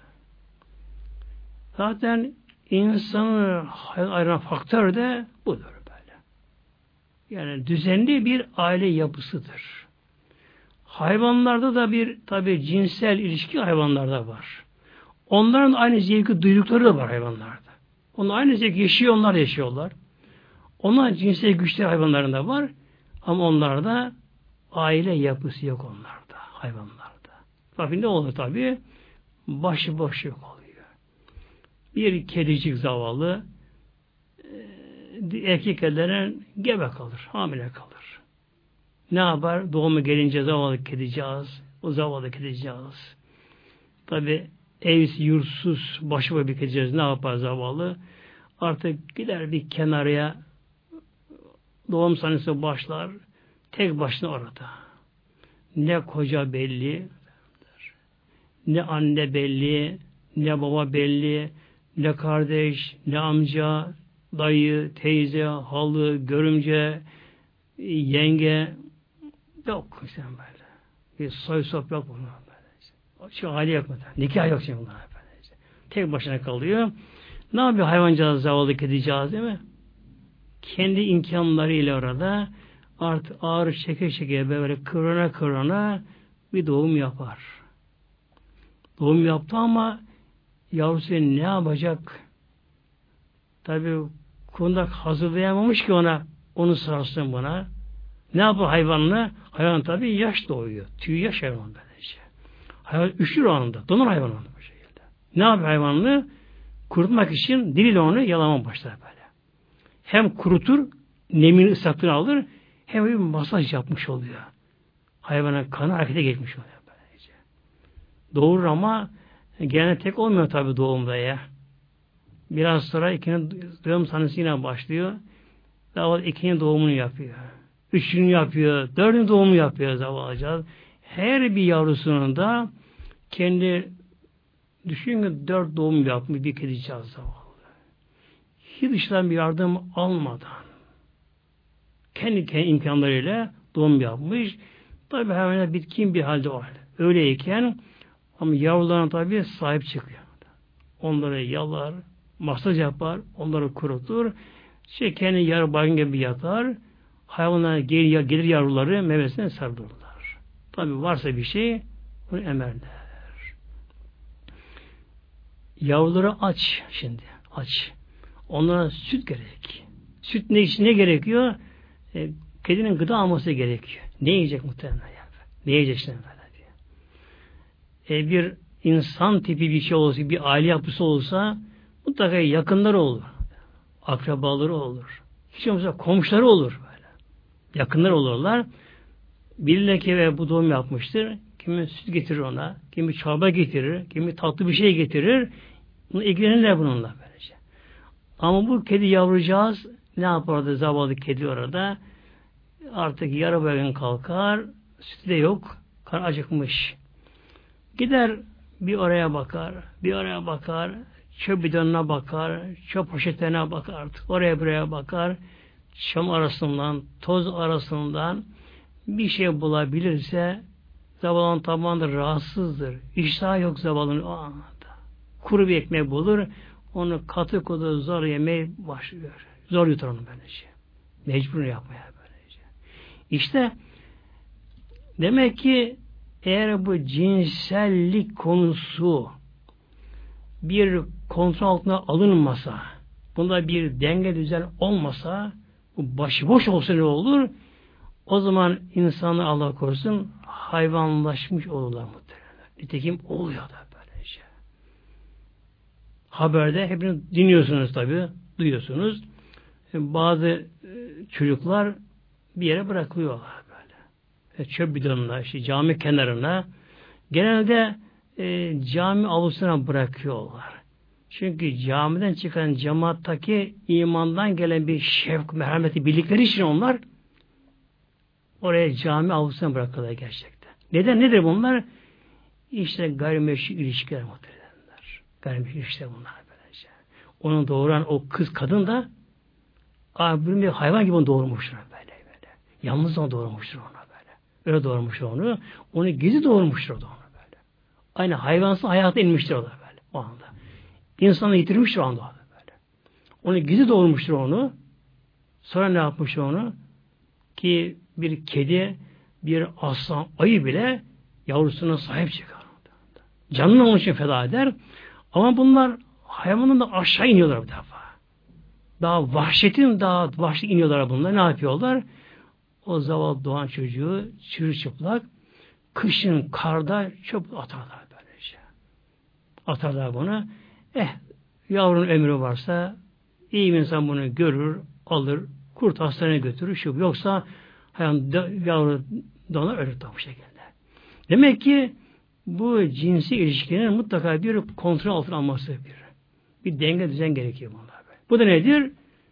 Zaten insanı ayıran faktör de budur böyle. Yani düzenli bir aile yapısıdır. Hayvanlarda da bir tabi cinsel ilişki hayvanlarda var. Onların aynı zevki duydukları da var hayvanlarda. Onlar aynı zevki yaşıyor, onlar yaşıyorlar. Onlar cinsel güçleri hayvanlarında var. Ama onlarda aile yapısı yok onlarda, hayvanlarda. Tabi ne olur tabi? Başıboş yok oluyor. Bir kedicik zavallı erkek ellerine gebe kalır, hamile kalır. Ne yapar? Doğumu gelince zavallı kedicağız, o zavallı kedicağız. Tabi evsiz, yurtsuz, başıboş bir kedicağız ne yapar zavallı? Artık gider bir kenarıya, doğum sahnesi başlar, tek başına orada. Ne koca belli, ne anne belli, ne baba belli, ne kardeş, ne amca, dayı, teyze, halı, görümce, yenge yok işte böyle. Bir soy sop yok bunlar böyle. Şu hali yok mu? Nikah yok şimdi bunlar böyle. Tek başına kalıyor. Ne yapıyor hayvancağız, zavallı kedicağız değil mi? Kendi imkanlarıyla orada artık ağır çeke çeke böyle kıvrana kıvrana bir doğum yapar. Doğum yaptı ama yavrusu ne yapacak? Tabi kundak hazırlayamamış ki ona, onu sarsın buna. Ne yapar hayvanla? Hayvan tabi yaş doğuyor. Tüy yaş hayvan böylece. Hayvan üşür o anda. Donar hayvan anda bu şekilde. Ne yapar hayvanlı? Kurutmak için diliyle onu yalama başlar böyle. Hem kurutur, nemini ıslattığını alır, hem bir masaj yapmış oluyor. Hayvana kanı harekete geçmiş oluyor böylece. Doğurur ama gene tek olmuyor tabi doğumda ya. Biraz sonra ikinci doğum sahnesi yine başlıyor. Zavallı ikinci doğumunu yapıyor. Üçüncü yapıyor, dördüncü doğumunu yapıyor zavallıcağız. Her bir yavrusunun da kendi düşünün dört doğum yapmış bir kedicağız zavallı. Hiç dışarıdan bir yardım almadan kendi, kendi imkanlarıyla doğum yapmış. Tabi hemen bitkin bir halde o halde. Öyleyken ama yavrularına tabi sahip çıkıyor. Onları yalar, masaj yapar, onları kurutur. Şey kendi yarı baygın gibi yatar. Hayvanlara gelir, gelir yavruları memesine sardırırlar. Tabi varsa bir şey bunu emerler. Yavruları aç şimdi. Aç. Onlara süt gerek. Süt ne için ne gerekiyor? E, kedinin gıda alması gerekiyor. Ne yiyecek muhtemelen yani? Ne yiyecek şimdi böyle diye. E, bir insan tipi bir şey olsa, bir aile yapısı olsa mutlaka yakınları olur. Akrabaları olur. Hiç olmazsa komşuları olur böyle. Yakınlar olurlar. Birileri ki ve bu doğum yapmıştır. Kimi süt getirir ona, kimi çorba getirir, kimi tatlı bir şey getirir. Bunu ilgilenirler bununla böylece. Ama bu kedi yavrucağız ne yapar orada zavallı kedi orada? Artık yarı baygın kalkar, sütü de yok, kan acıkmış. Gider bir oraya bakar, bir oraya bakar, çöp bidonuna bakar, çöp poşetlerine bakar artık, oraya buraya bakar, çam arasından, toz arasından bir şey bulabilirse zavallının tabağında rahatsızdır. İştahı yok zavallının o anda. Kuru bir ekmek bulur, onu katı kutu zor yemeye başlıyor. Zor yutar onu böylece. Mecbur yapmaya böylece. İşte demek ki eğer bu cinsellik konusu bir kontrol altına alınmasa, bunda bir denge düzen olmasa, bu başıboş olsa ne olur? O zaman insanlar Allah korusun hayvanlaşmış olurlar muhtemelen. Nitekim oluyor da böylece. Haberde hepiniz dinliyorsunuz tabi, duyuyorsunuz. Bazı çocuklar bir yere bırakılıyorlar böyle. Çöp bidonuna, işte cami kenarına. Genelde e, cami avlusuna bırakıyorlar. Çünkü camiden çıkan cemaattaki imandan gelen bir şevk, merhameti bildikleri için onlar oraya cami avlusuna bırakıyorlar gerçekten. Neden? Nedir bunlar? İşte gayrimeşru ilişkiler muhtemelenler. Gayrimeşru ilişkiler bunlar böylece. Onu doğuran o kız kadın da abi bir hayvan gibi onu doğurmuştur böyle böyle. Yalnız onu doğurmuştur ona böyle. Öyle doğurmuştur onu. Onu gizli doğurmuştur o da onu böyle. Aynı hayvansız hayata inmiştir o da böyle o anda. İnsanı yitirmiştir o anda böyle. Onu gizli doğurmuştur onu. Sonra ne yapmış onu? Ki bir kedi, bir aslan, ayı bile yavrusuna sahip çıkar. Canını onun için feda eder. Ama bunlar hayvanın da aşağı iniyorlar bir defa. Daha vahşetin daha vahşet iniyorlar bunlar. Ne yapıyorlar? O zavallı doğan çocuğu çırılçıplak kışın karda çöp atarlar böylece. Atarlar bunu. Eh yavrunun ömrü varsa iyi bir insan bunu görür, alır, kurt hastaneye götürür. Şu yoksa yani yavru donar ölür bu şekilde. Demek ki bu cinsi ilişkinin mutlaka bir kontrol altına alması bir. Bir denge düzen gerekiyor bunlar. Bu da nedir?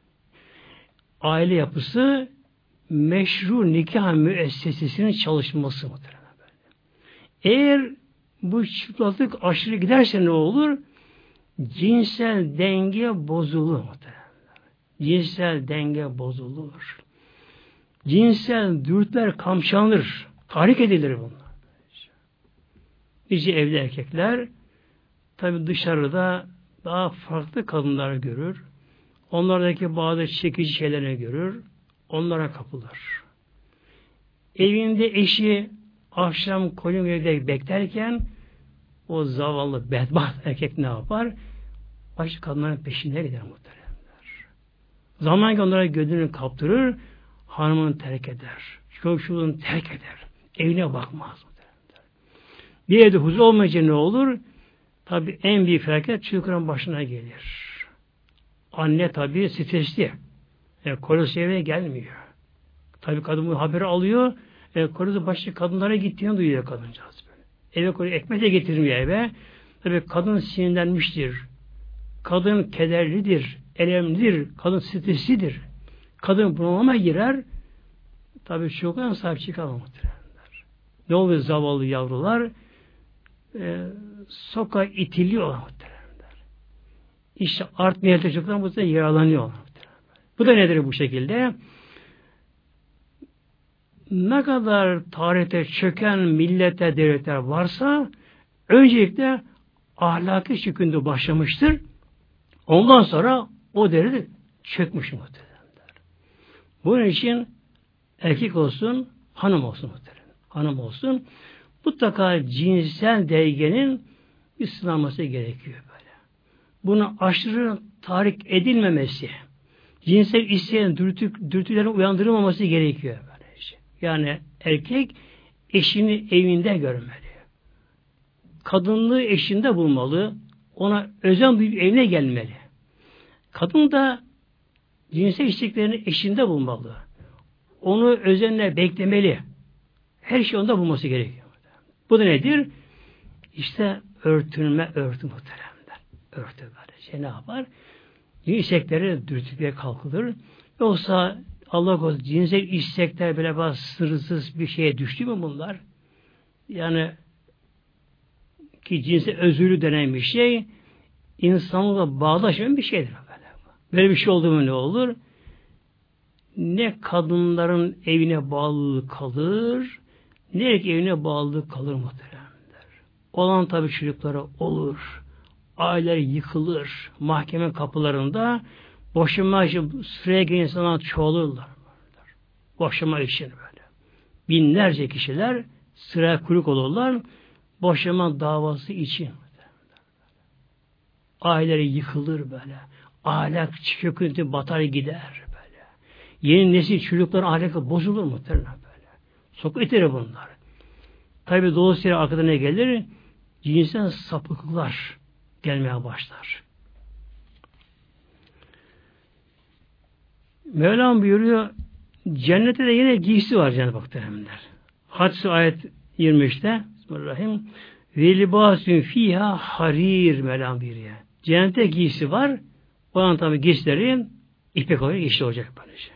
Aile yapısı meşru nikah müessesesinin çalışması muhtemelen böyle. Eğer bu çıplaklık aşırı giderse ne olur? Cinsel denge bozulur muhtemelen. Cinsel denge bozulur. Cinsel dürtüler kamçalanır. Tahrik edilir bunlar. Nice evli erkekler tabi dışarıda daha farklı kadınlar görür. Onlardaki bazı çekici şeylerini görür. Onlara kapılır. Evinde eşi akşam koyun evde beklerken o zavallı bedbaht erkek ne yapar? Başka kadınların peşine gider muhteremler. Zaman ki onlara gönlünü kaptırır, hanımını terk eder. Çocuğunu terk eder. Evine bakmaz muhteremler. Bir evde huzur olmayınca ne olur? Tabi en büyük felaket çocukların başına gelir. Anne tabi stresli. Yani kocası eve gelmiyor. Tabi kadın bu haberi alıyor. E, kocası başka kadınlara gittiğini duyuyor kadıncağız böyle. Eve koyuyor. Ekmek de getirmiyor eve. Tabi kadın sinirlenmiştir. Kadın kederlidir. Elemlidir. Kadın streslidir. Kadın bunalıma girer. Tabi çocuklarına sahip çıkamamaktırlar. Ne oluyor zavallı yavrular? E, sokağa itiliyor muhtemelen. İşte art niyetli çocuklar bu sefer yaralanıyor. Bu da nedir bu şekilde? Ne kadar tarihte çöken millete, devletler varsa öncelikle ahlaki çöküntü başlamıştır. Ondan sonra o devlet çökmüş muhtemelen. Bunun için erkek olsun, hanım olsun muhtemelen. Hanım olsun. Mutlaka cinsel dengenin bir sınanması gerekiyor böyle. Buna aşırı tahrik edilmemesi, cinsel isteyen dürtü, dürtülerin uyandırılmaması gerekiyor böylece. Yani erkek eşini evinde görmeli. Kadınlığı eşinde bulmalı. Ona özen duyup evine gelmeli. Kadın da cinsel isteklerini eşinde bulmalı. Onu özenle beklemeli. Her şey onda bulması gerekiyor. Bu da nedir? İşte örtünme, örtü muhteremler. Örtü böylece ne yapar? Cinsel dürtüye kalkılır. Yoksa Allah korusun cinsel istekler böyle bazı sınırsız bir şeye düştü mü bunlar? Yani ki cinsel özürlü denen bir şey insanla bağdaşmayan bir şeydir. Böyle. böyle bir şey oldu mu ne olur? Ne kadınların evine bağlılık kalır, ne erkek evine bağlılık kalır muhteremler. Olan tabii çocuklara olur. Aileler yıkılır. Mahkeme kapılarında boşanma için sıraya giren insanlar çoğalırlar. Boşanma için böyle. Binlerce kişiler sıraya kuyruk olurlar. Boşanma davası için. Aileler yıkılır böyle. Ahlak çöküntü batar gider böyle. Yeni nesil çocukların ahlakı bozulur muhtemelen böyle. Sokak iteri bunlar. Tabi dolayısıyla arkada ne gelir? Cinsel sapıklıklar gelmeye başlar. Mevlam buyuruyor, cennette de yine giysi var Cenab-ı Hak. Hadis-i ayet yirmi üçte Bismillahirrahmanirrahim. Ve libasün fiha harir melam biriye. Cennette giysi var. O an tabi giysileri ipek olarak yeşil olacak böylece.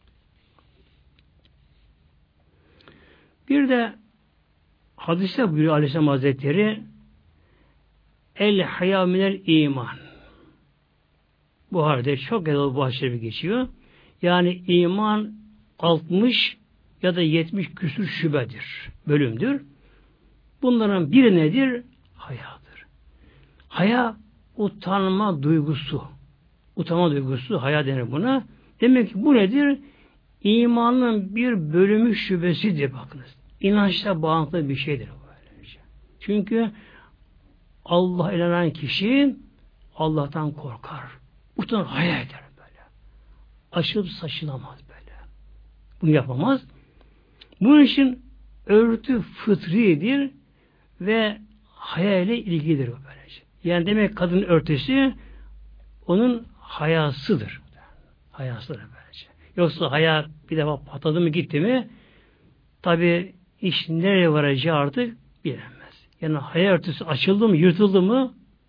Bir de hadiste buyuruyor Aleyhisselam Hazretleri el haya minel iman. Bu halde çok güzel bu hadis-i geçiyor. Yani iman altmış ya da yetmiş küsur şubedir, bölümdür. Bunların biri nedir? Hayadır. Haya utanma duygusu. Utanma duygusu, haya denir buna. Demek ki bu nedir? İmanın bir bölümü şubesidir bakınız. İnançla bağlantılı bir şeydir bu böylece. Çünkü Allah inanan kişi Allah'tan korkar. Utanır, haya eder böyle. Açılıp saçılamaz böyle. Bunu yapamaz. Bunun için örtü fıtridir ve haya ile ilgilidir o böylece. Yani demek kadının örtüsü onun hayasıdır. Hayasıdır böylece. Yoksa haya bir defa patladı mı gitti mi tabi iş nereye varacağı artık bilemez. Yani haya örtüsü açıldı mı, yırtıldı mı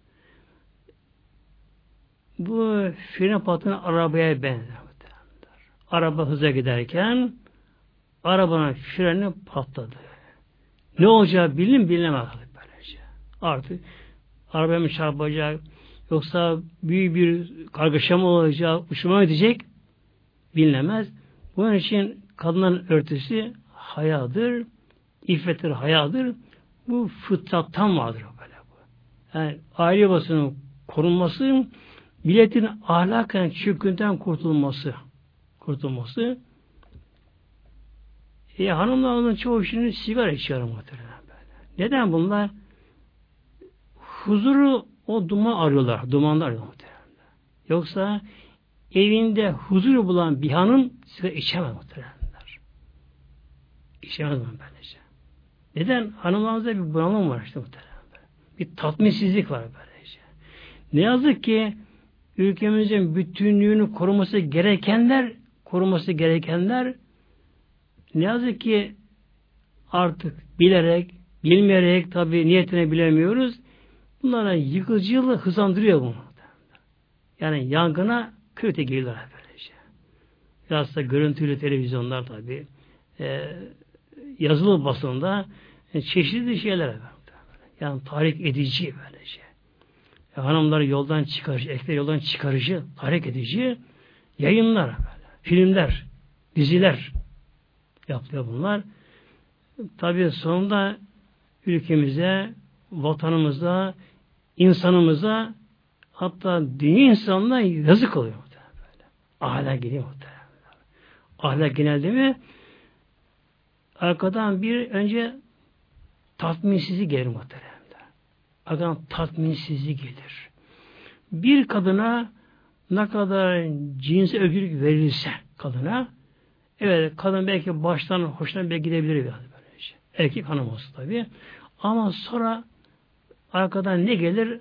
bu frene patlayan arabaya benzer. Araba hıza giderken arabanın freni patladı. Ne olacağı bilin bilinemez böylece. Artık arabaya mı çarpacak yoksa büyük bir kargaşa mı olacak, uçurma edecek bilinemez. Bunun için kadının örtüsü hayadır, iffettir, hayadır. Bu fıtrattan vardır böyle bu. Yani aile yuvasının korunması, milletin ahlaken çöküntüden kurtulması, kurtulması. E, hanımların çoğu şimdi sigara içiyor muhtemelen böyle. Neden bunlar? Huzuru o duman arıyorlar. Dumanda arıyorlar muhtemelen. Yoksa evinde huzuru bulan bir hanım sigara içemez muhtemelen. İçemez mi böylece? Neden? Hanımlarımızda bir bunalım var işte muhtemelen. Bir tatminsizlik var böylece. Ne yazık ki ülkemizin bütünlüğünü koruması gerekenler koruması gerekenler ne yazık ki artık bilerek, bilmeyerek tabi niyetine bilemiyoruz. Bunlara yıkıcılığı hızlandırıyor bunu. Yani yangına kötü geliyorlar böylece. Biraz da görüntülü televizyonlar tabi e, yazılı basında e, çeşitli şeyler var. Yani tahrik edici böylece. E, hanımları yoldan çıkarıcı, erkekleri yoldan çıkarıcı, tahrik edici yayınlar böyle. Filmler, diziler yapıyor bunlar. Tabii sonunda ülkemize, vatanımıza, insanımıza hatta dünya insanına yazık oluyor. Böyle. Ahlak geliyor muhtemelen. Ahlak genelde mi? Arkadan bir önce tatminsizlik gelir muhtemelen. Arkadan tatminsizlik gelir. Bir kadına ne kadar cinsi özgürlük verilse kadına, evet kadın belki baştan hoşuna belki gidebilir yani böylece. Erkek hanım olsun tabii. Ama sonra arkadan ne gelir?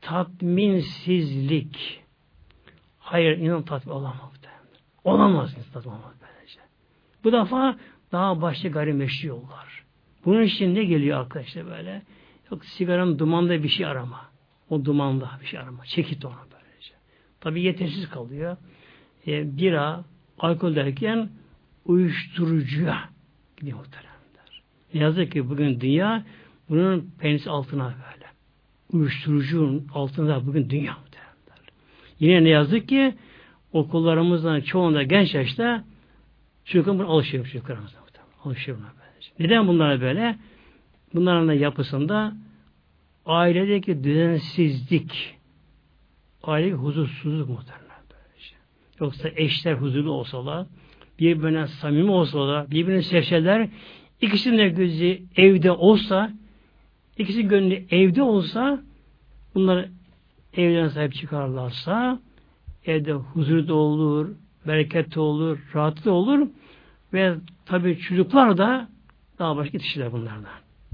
Tatminsizlik. Hayır, inan tatmin olamaz. Olamaz insan tatmin olamaz böylece. Bu defa daha başka gayrimeşru yollar. Bunun için ne geliyor arkadaşlar böyle? Yok sigaranın dumanda bir şey arama. O dumanda bir şey arama. Çekit onu böylece. Tabii yetersiz kalıyor. E, bira, alkol derken uyuşturucuya gidiyor muhteremler. Ne yazık ki bugün dünya bunun penisi altına böyle. Uyuşturucunun altında bugün dünya muhteremler. Yine ne yazık ki okullarımızdan çoğunda genç yaşta çocuklar bunu alışıyor çocuklarımızdan. Alışıyor buna böylece. Neden bunlar böyle? Bunların da yapısında ailedeki düzensizlik, ailedeki huzursuzluk muhtemelen böylece. Yoksa eşler huzurlu olsalar, birbirine samimi olsalar, birbirini sevseler, ikisinin de gözü evde olsa, ikisi gönlü evde olsa, bunlar evlerine sahip çıkarlarsa, evde huzur da olur, bereket de olur, rahat da olur ve tabii çocuklar da daha başka yetişirler bunlardan.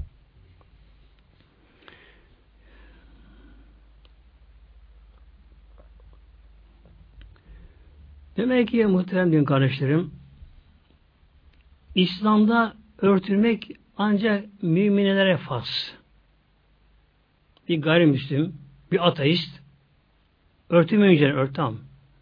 Demek ki muhterem din kardeşlerim, İslam'da örtülmek ancak müminlere farz. bir gayrimüslim, bir ateist örtünmeyince örtem.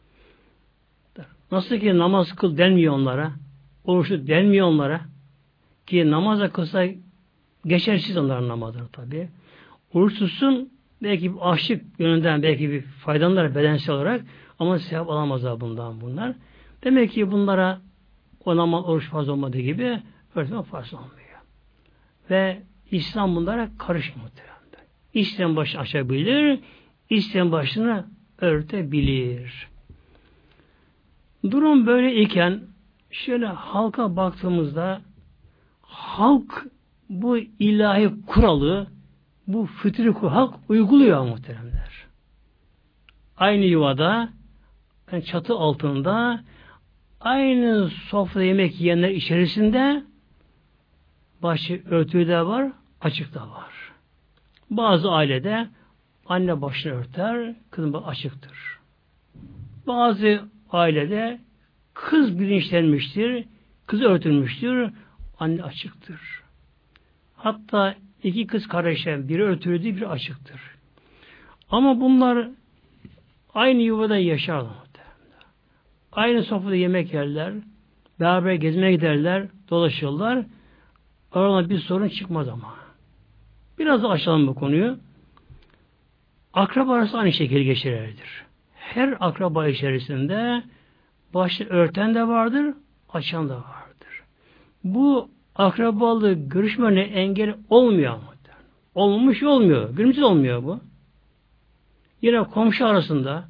Nasıl ki namaz kıl denmiyor onlara, oruçlu denmiyor onlara ki namaza kılsa geçersiz onların namazları tabi. Oruç tutsun belki bir açlık yönünden belki bir faydalanır bedensel olarak ama sevap alamazlar bundan bunlar. Demek ki bunlara o namaz oruç farz olmadığı gibi örtme farz olmuyor. Ve İslam bunlara karışmıyor. İsteyen başını açabilir, isteyen başını örtebilir. Durum böyle iken şöyle halka baktığımızda halk bu ilahi kuralı, bu fıtri kuralı halk uyguluyor muhteremler. Aynı yuvada, yani çatı altında, aynı sofrada yemek yiyenler içerisinde başı örtülü de var, açık da var. Bazı ailede anne başını örter, kızın başı açıktır. Bazı ailede kız bilinçlenmiştir, kız örtülmüştür, anne açıktır. Hatta iki kız kardeşler, biri örtülüdür, biri açıktır. Ama bunlar aynı yuvada yaşarlar. Aynı sofrada yemek yerler, beraber gezmeye giderler, dolaşırlar. Aralarında bir sorun çıkmaz ama. Biraz da açalım bu konuyu. Akraba arası aynı şekilde geçerlidir. Her akraba içerisinde başı örten de vardır, açan da vardır. Bu akrabalığı görüşmene engel olmuyor. Olmuş olmuyor. Günümüzde olmuyor bu. Yine komşu arasında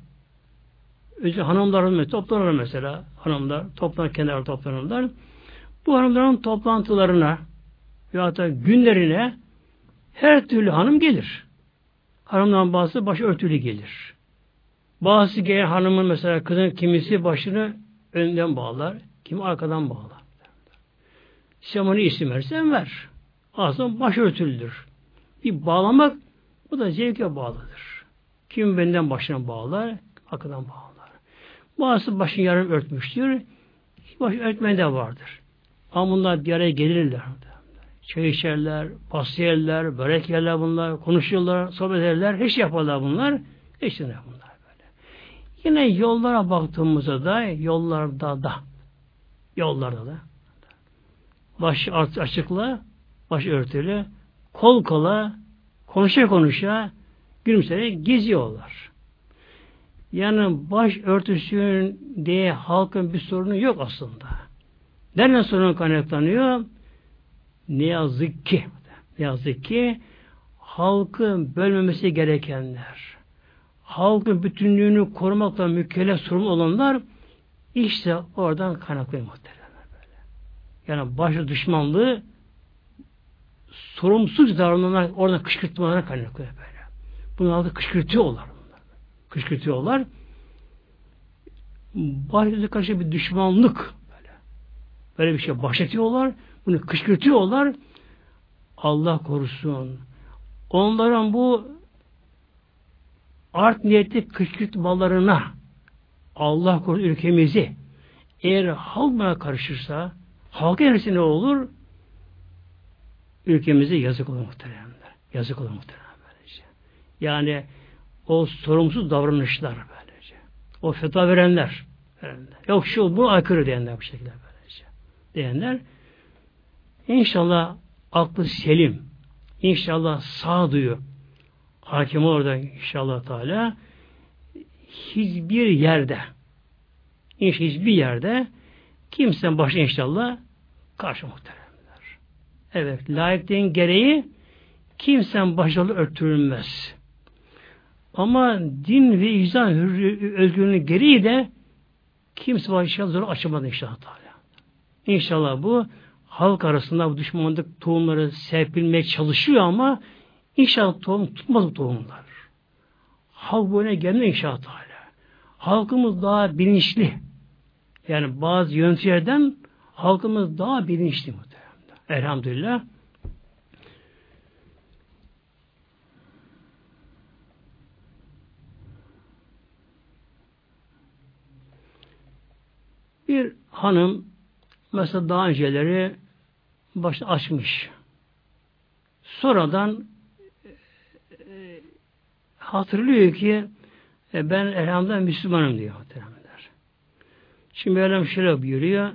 hanımların toplanır mesela. Hanımlar toplanır, kenara toplanırlar. Bu hanımların toplantılarına veyahut da günlerine her türlü hanım gelir. Hanımdan bazısı başı örtülü gelir. Bazısı gelen hanımın mesela kızın kimisi başını önden bağlar, kimi arkadan bağlar. Sen onu isim versen ver. Aslında baş örtülüdür. Bir bağlamak bu da zevke bağlıdır. Kim benden başına bağlar, arkadan bağlar. Bazısı başını yarım örtmüştür. Başı örtmeyen de vardır. Ama bunlar bir araya gelirler. Çay içerler, pasta yerler, börek yerler bunlar, konuşuyorlar, sohbet ederler, hiç yaparlar bunlar. Hiç ne bunlar böyle. Yine yollara baktığımızda da, yollarda da, yollarda da, baş açıkla, baş örtülü, kol kola, konuşa konuşa, gülümseyerek geziyorlar. Yani baş örtüsünün diye halkın bir sorunu yok aslında. Nereden sorun kaynaklanıyor? Ne yazık ki, ne yazık ki halkın bölmemesi gerekenler, halkın bütünlüğünü korumakla mükellef sorumlu olanlar işte oradan kaynaklanıyor muhtemelen böyle. Yani başı düşmanlığı sorumsuz davrananlar oradan kışkırtmalarına kaynaklanıyor böyle. Bunu halkı kışkırtıyorlar. Kışkırtıyorlar. Başka karşı bir düşmanlık böyle. Böyle bir şey başlatıyorlar. Bunu kışkırtıyorlar. Allah korusun. Onların bu art niyetli kışkırtmalarına Allah korusun ülkemizi eğer halkla karışırsa halka yerisi ne olur? Ülkemize yazık olur muhteremler. Yazık olur muhteremler. Böylece. Yani o sorumsuz davranışlar böylece. O fetva verenler, verenler. Yok şu bu aykırı diyenler bu şekilde böylece. Diyenler İnşallah aklı selim, inşallah sağduyu, hakim orada inşallah Teala hiçbir yerde, hiçbir yerde kimsenin başı inşallah karşı muhteremler. Evet, layıklığın gereği kimsenin başı örtülmez. Ama din ve vicdan özgürlüğünün gereği de kimse başı zor açılmadı inşallah Teala. İnşallah bu halk arasında bu düşmanlık tohumları serpilmeye çalışıyor ama inşallah tohum tutmaz bu tohumlar. Halk böyle gelmiyor inşallah Teala. Halkımız daha bilinçli. Yani bazı yöneticilerden halkımız daha bilinçli muhtemelen. Elhamdülillah. Bir hanım mesela daha önceleri başta açmış. Sonradan hatırlıyor ki e, ben elhamdülillah Müslümanım diyor. Şimdi Mevlam şöyle buyuruyor.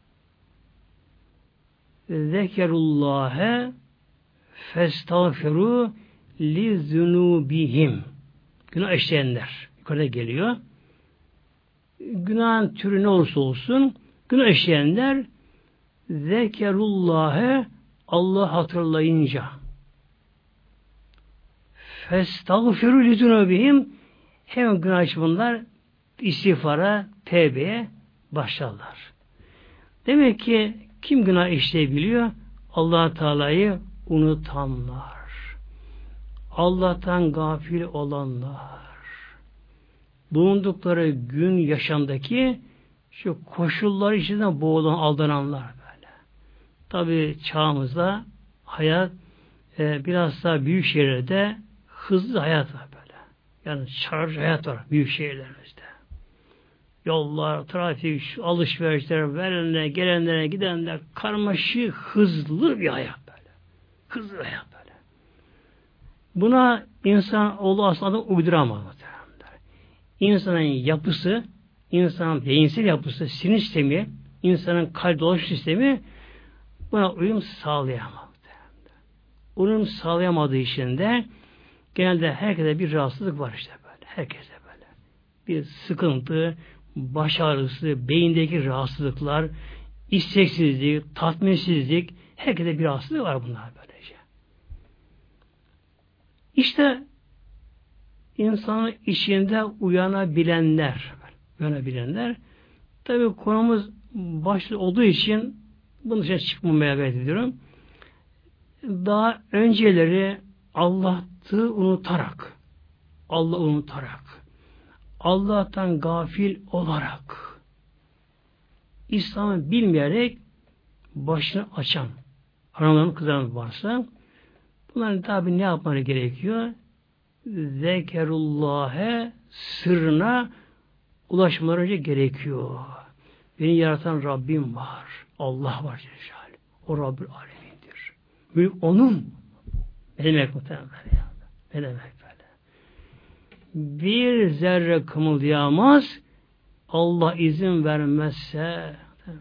Zekerullâhe festağfiru li zunubihim. Günah işleyenler. Yukarıda geliyor. Günahın türü ne olursa olsun günah işleyenler zekerullâhe Allah hatırlayınca festağfiru li zunubihim hemen günah işi bunlar istiğfara, tevbeye başlarlar. Demek ki kim günah işleyebiliyor? Allah Teala'yı unutanlar. Allah'tan gafil olanlar. Bulundukları gün yaşamdaki şu koşullar içinden boğulan, aldananlar böyle. Tabi çağımızda hayat e, biraz daha büyük şehirlerde hızlı hayat var böyle. Yani çarpıcı hayat var büyük şehirlerimizde. Yollar, trafik, alışverişler, verenlere, gelenlere, gidenler karmaşık, hızlı bir hayat böyle. Hızlı bir hayat böyle. Buna insan oğlu aslında uyduramaz. İnsanın yapısı, insanın beyinsel yapısı, sinir sistemi, insanın kalp dolaş sistemi buna uyum sağlayamaz. Uyum sağlayamadığı için de genelde herkese bir rahatsızlık var işte böyle. Herkese böyle. Bir sıkıntı, baş ağrısı, beyindeki rahatsızlıklar, isteksizlik, tatminsizlik, herkese bir rahatsızlık var bunlar böylece. İşte insanın içinde uyanabilenler, uyanabilenler, tabi konumuz başlı olduğu için bunun için çıkmamaya gayret ediyorum. Daha önceleri Allah'ı unutarak, Allah unutarak, Allah'tan gafil olarak, İslam'ı bilmeyerek başını açan hanımların kızlarımız varsa bunların tabi ne yapmaları gerekiyor? Zekerullâhe sırrına ulaşmaları önce gerekiyor. Beni yaratan Rabbim var. Allah var Celle. O Rabbül Alemin'dir. Mülk onun. Ne demek muhtemelen ya? Ne demek böyle? Bir zerre kımıldayamaz Allah izin vermezse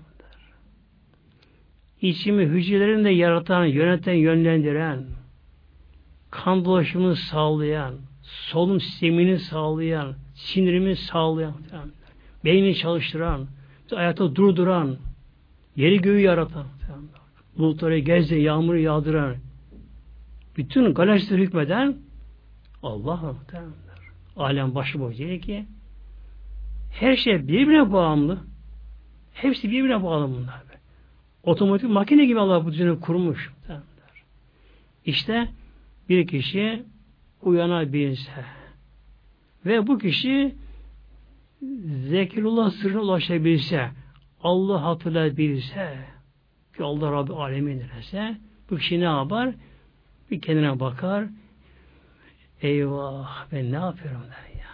içimi hücrelerini de yaratan, yöneten, yönlendiren, kan dolaşımını sağlayan, solunum sistemini sağlayan, sinirimi sağlayan, beyni çalıştıran, ayakta durduran, yeri göğü yaratan, bulutları gezdiren, yağmuru yağdıran, bütün galaksileri hükmeden Allah muhtemelenler. Alem başıboş değil ki her şey birbirine bağımlı. Hepsi birbirine bağlı bunlar. Otomatik makine gibi Allah bu düzeni kurmuş. İşte bir kişi uyanabilse ve bu kişi Zekirullah sırrına ulaşabilse, Allah hatırlayabilse ki Allah Rabbi alemin ise bu kişi ne yapar? Bir kendine bakar. Eyvah ben ne yapıyorum der ya.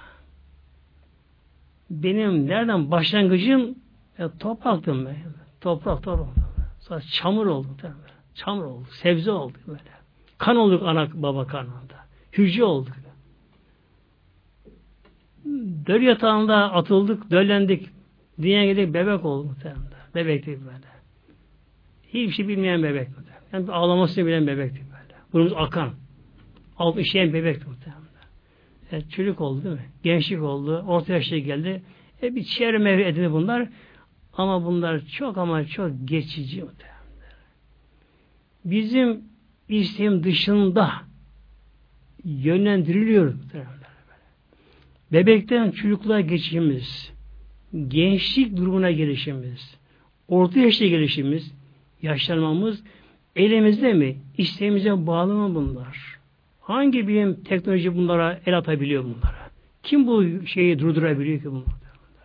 Benim nereden başlangıcım ya, topraktım ben. Toprak, toprak. Sonra çamur oldu. Çamur oldu. Sebze oldu böyle. Kan olduk ana baba karnında. Hücre olduk. Döl yatağında atıldık, döllendik. Dünyaya geldik, bebek olduk. Bebektik böyle. Hiçbir şey bilmeyen bebek. Yani ağlamasını bilen bebektik böyle. Burnumuz akan. Alt işleyen bebektik muhtemelen. Yani çocuk oldu değil mi? Gençlik oldu. Orta yaşta geldi. E bir çevre mevri edildi bunlar. Ama bunlar çok ama çok geçici muhtemelen. Bizim isteğim dışında yönlendiriliyor muhtemelen. Bebekten çocukluğa geçişimiz, gençlik durumuna gelişimiz, orta yaşta gelişimiz, yaşlanmamız elimizde mi? İsteğimize bağlı mı bunlar? Hangi bilim teknoloji bunlara el atabiliyor bunlara? Kim bu şeyi durdurabiliyor ki bunlar?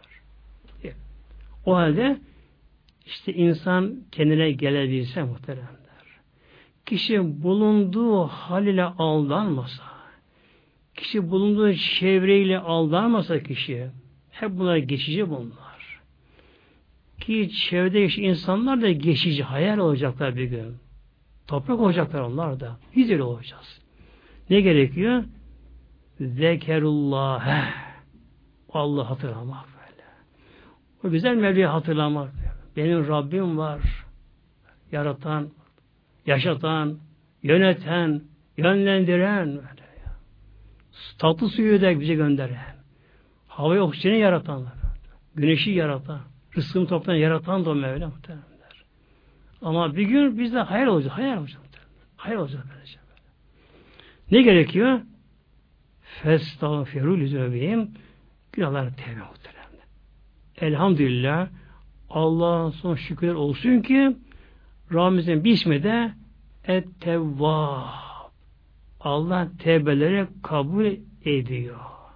O halde işte insan kendine gelebilse muhteremler. Kişi bulunduğu hal ile aldanmasa, kişi bulunduğu çevreyle aldanmasa kişi, hep bunlar geçici bunlar. Ki çevrede yaşayan insanlar da geçici, hayal olacaklar bir gün. Toprak olacaklar onlar da. Biz öyle olacağız. Ne gerekiyor? zekerullah. Allah hatırlamak böyle. O güzel Mevla'yı hatırlamak. Benim Rabbim var. Yaratan, yaşatan, yöneten, yönlendiren böyle. Tatlı suyu da bize gönderen. Havayı, oksijeni yaratanlar. Güneşi yaratan, rızkını toplayan yaratan da o Mevla muhtemelenler. Ama bir gün bizde hayal olacak, hayal olacak. Hayal olacak böylece. Ne gerekiyor? Festağfiru lizûbihim. Günahlar tevbe muhteremler. Elhamdülillah Allah'ın son şükürler olsun ki Rabbimizin bir ismi de Et-Tevvab. Allah tevbeleri kabul ediyor.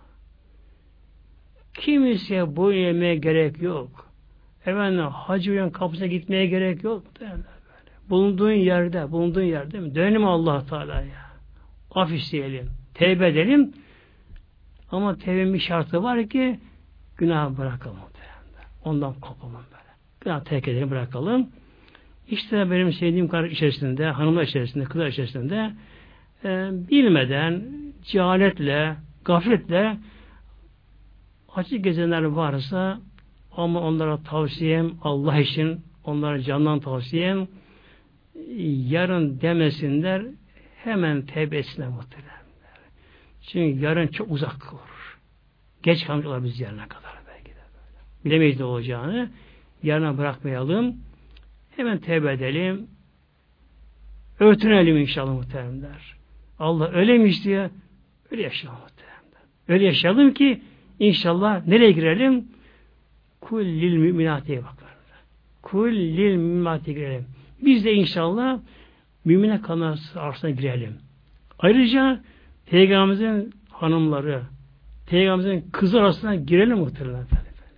Kimse bu yemeye gerek yok. Efendim hacı kapısına gitmeye gerek yok. Böyle. Bulunduğun yerde, bulunduğun yerde mi? Dönelim Allah Teala'ya. Af isteyelim. Tevbe edelim. Ama tevbenin bir şartı var ki günah bırakalım. Ondan kopalım böyle. Günah terk edelim, bırakalım. İşte benim sevdiğim kardeş içerisinde, hanımlar içerisinde, kızlar içerisinde e, bilmeden, cehaletle, gafletle açık gezenler varsa ama onlara tavsiyem Allah için onlara candan tavsiyem yarın demesinler hemen tevbe etsinler muhtemelen. Çünkü yarın çok uzak olur. Geç kalmış olabilir biz yarına kadar belki de böyle. Bilemeyiz ne olacağını. Yarına bırakmayalım. Hemen tevbe edelim. Örtünelim inşallah muhteremler. Allah öylemiş diye öyle yaşayalım muhteremler. Öyle yaşayalım ki inşallah nereye girelim? Kul lil müminatiye bakarlar. Kul lil müminatiye girelim. Biz de inşallah mümine kanası arasına girelim. Ayrıca Peygamberimizin hanımları, Peygamberimizin kızı arasına girelim muhtemelen.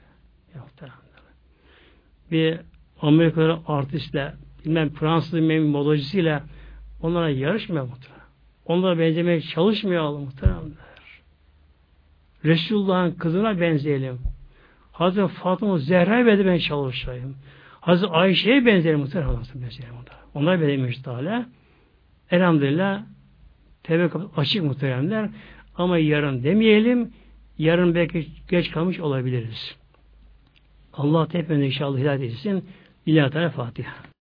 Bir Amerikalı artistle, bilmem Fransız bir modacısıyla onlara yarışmıyor muhtemelen. Onlara benzemeye çalışmayalım muhtemelen. Resulullah'ın kızına benzeyelim. Hazreti Fatıma Zehra'ya benzemeye çalışayım. Hazreti Ayşe'ye benzeyelim muhtemelen. Onlara benzemiş Teala. Elhamdülillah tevbe kapısı açık muhteremler. Ama yarın demeyelim. Yarın belki geç kalmış olabiliriz. Allah hepimize inşallah hidayet etsin. İlahi Teala Fatiha.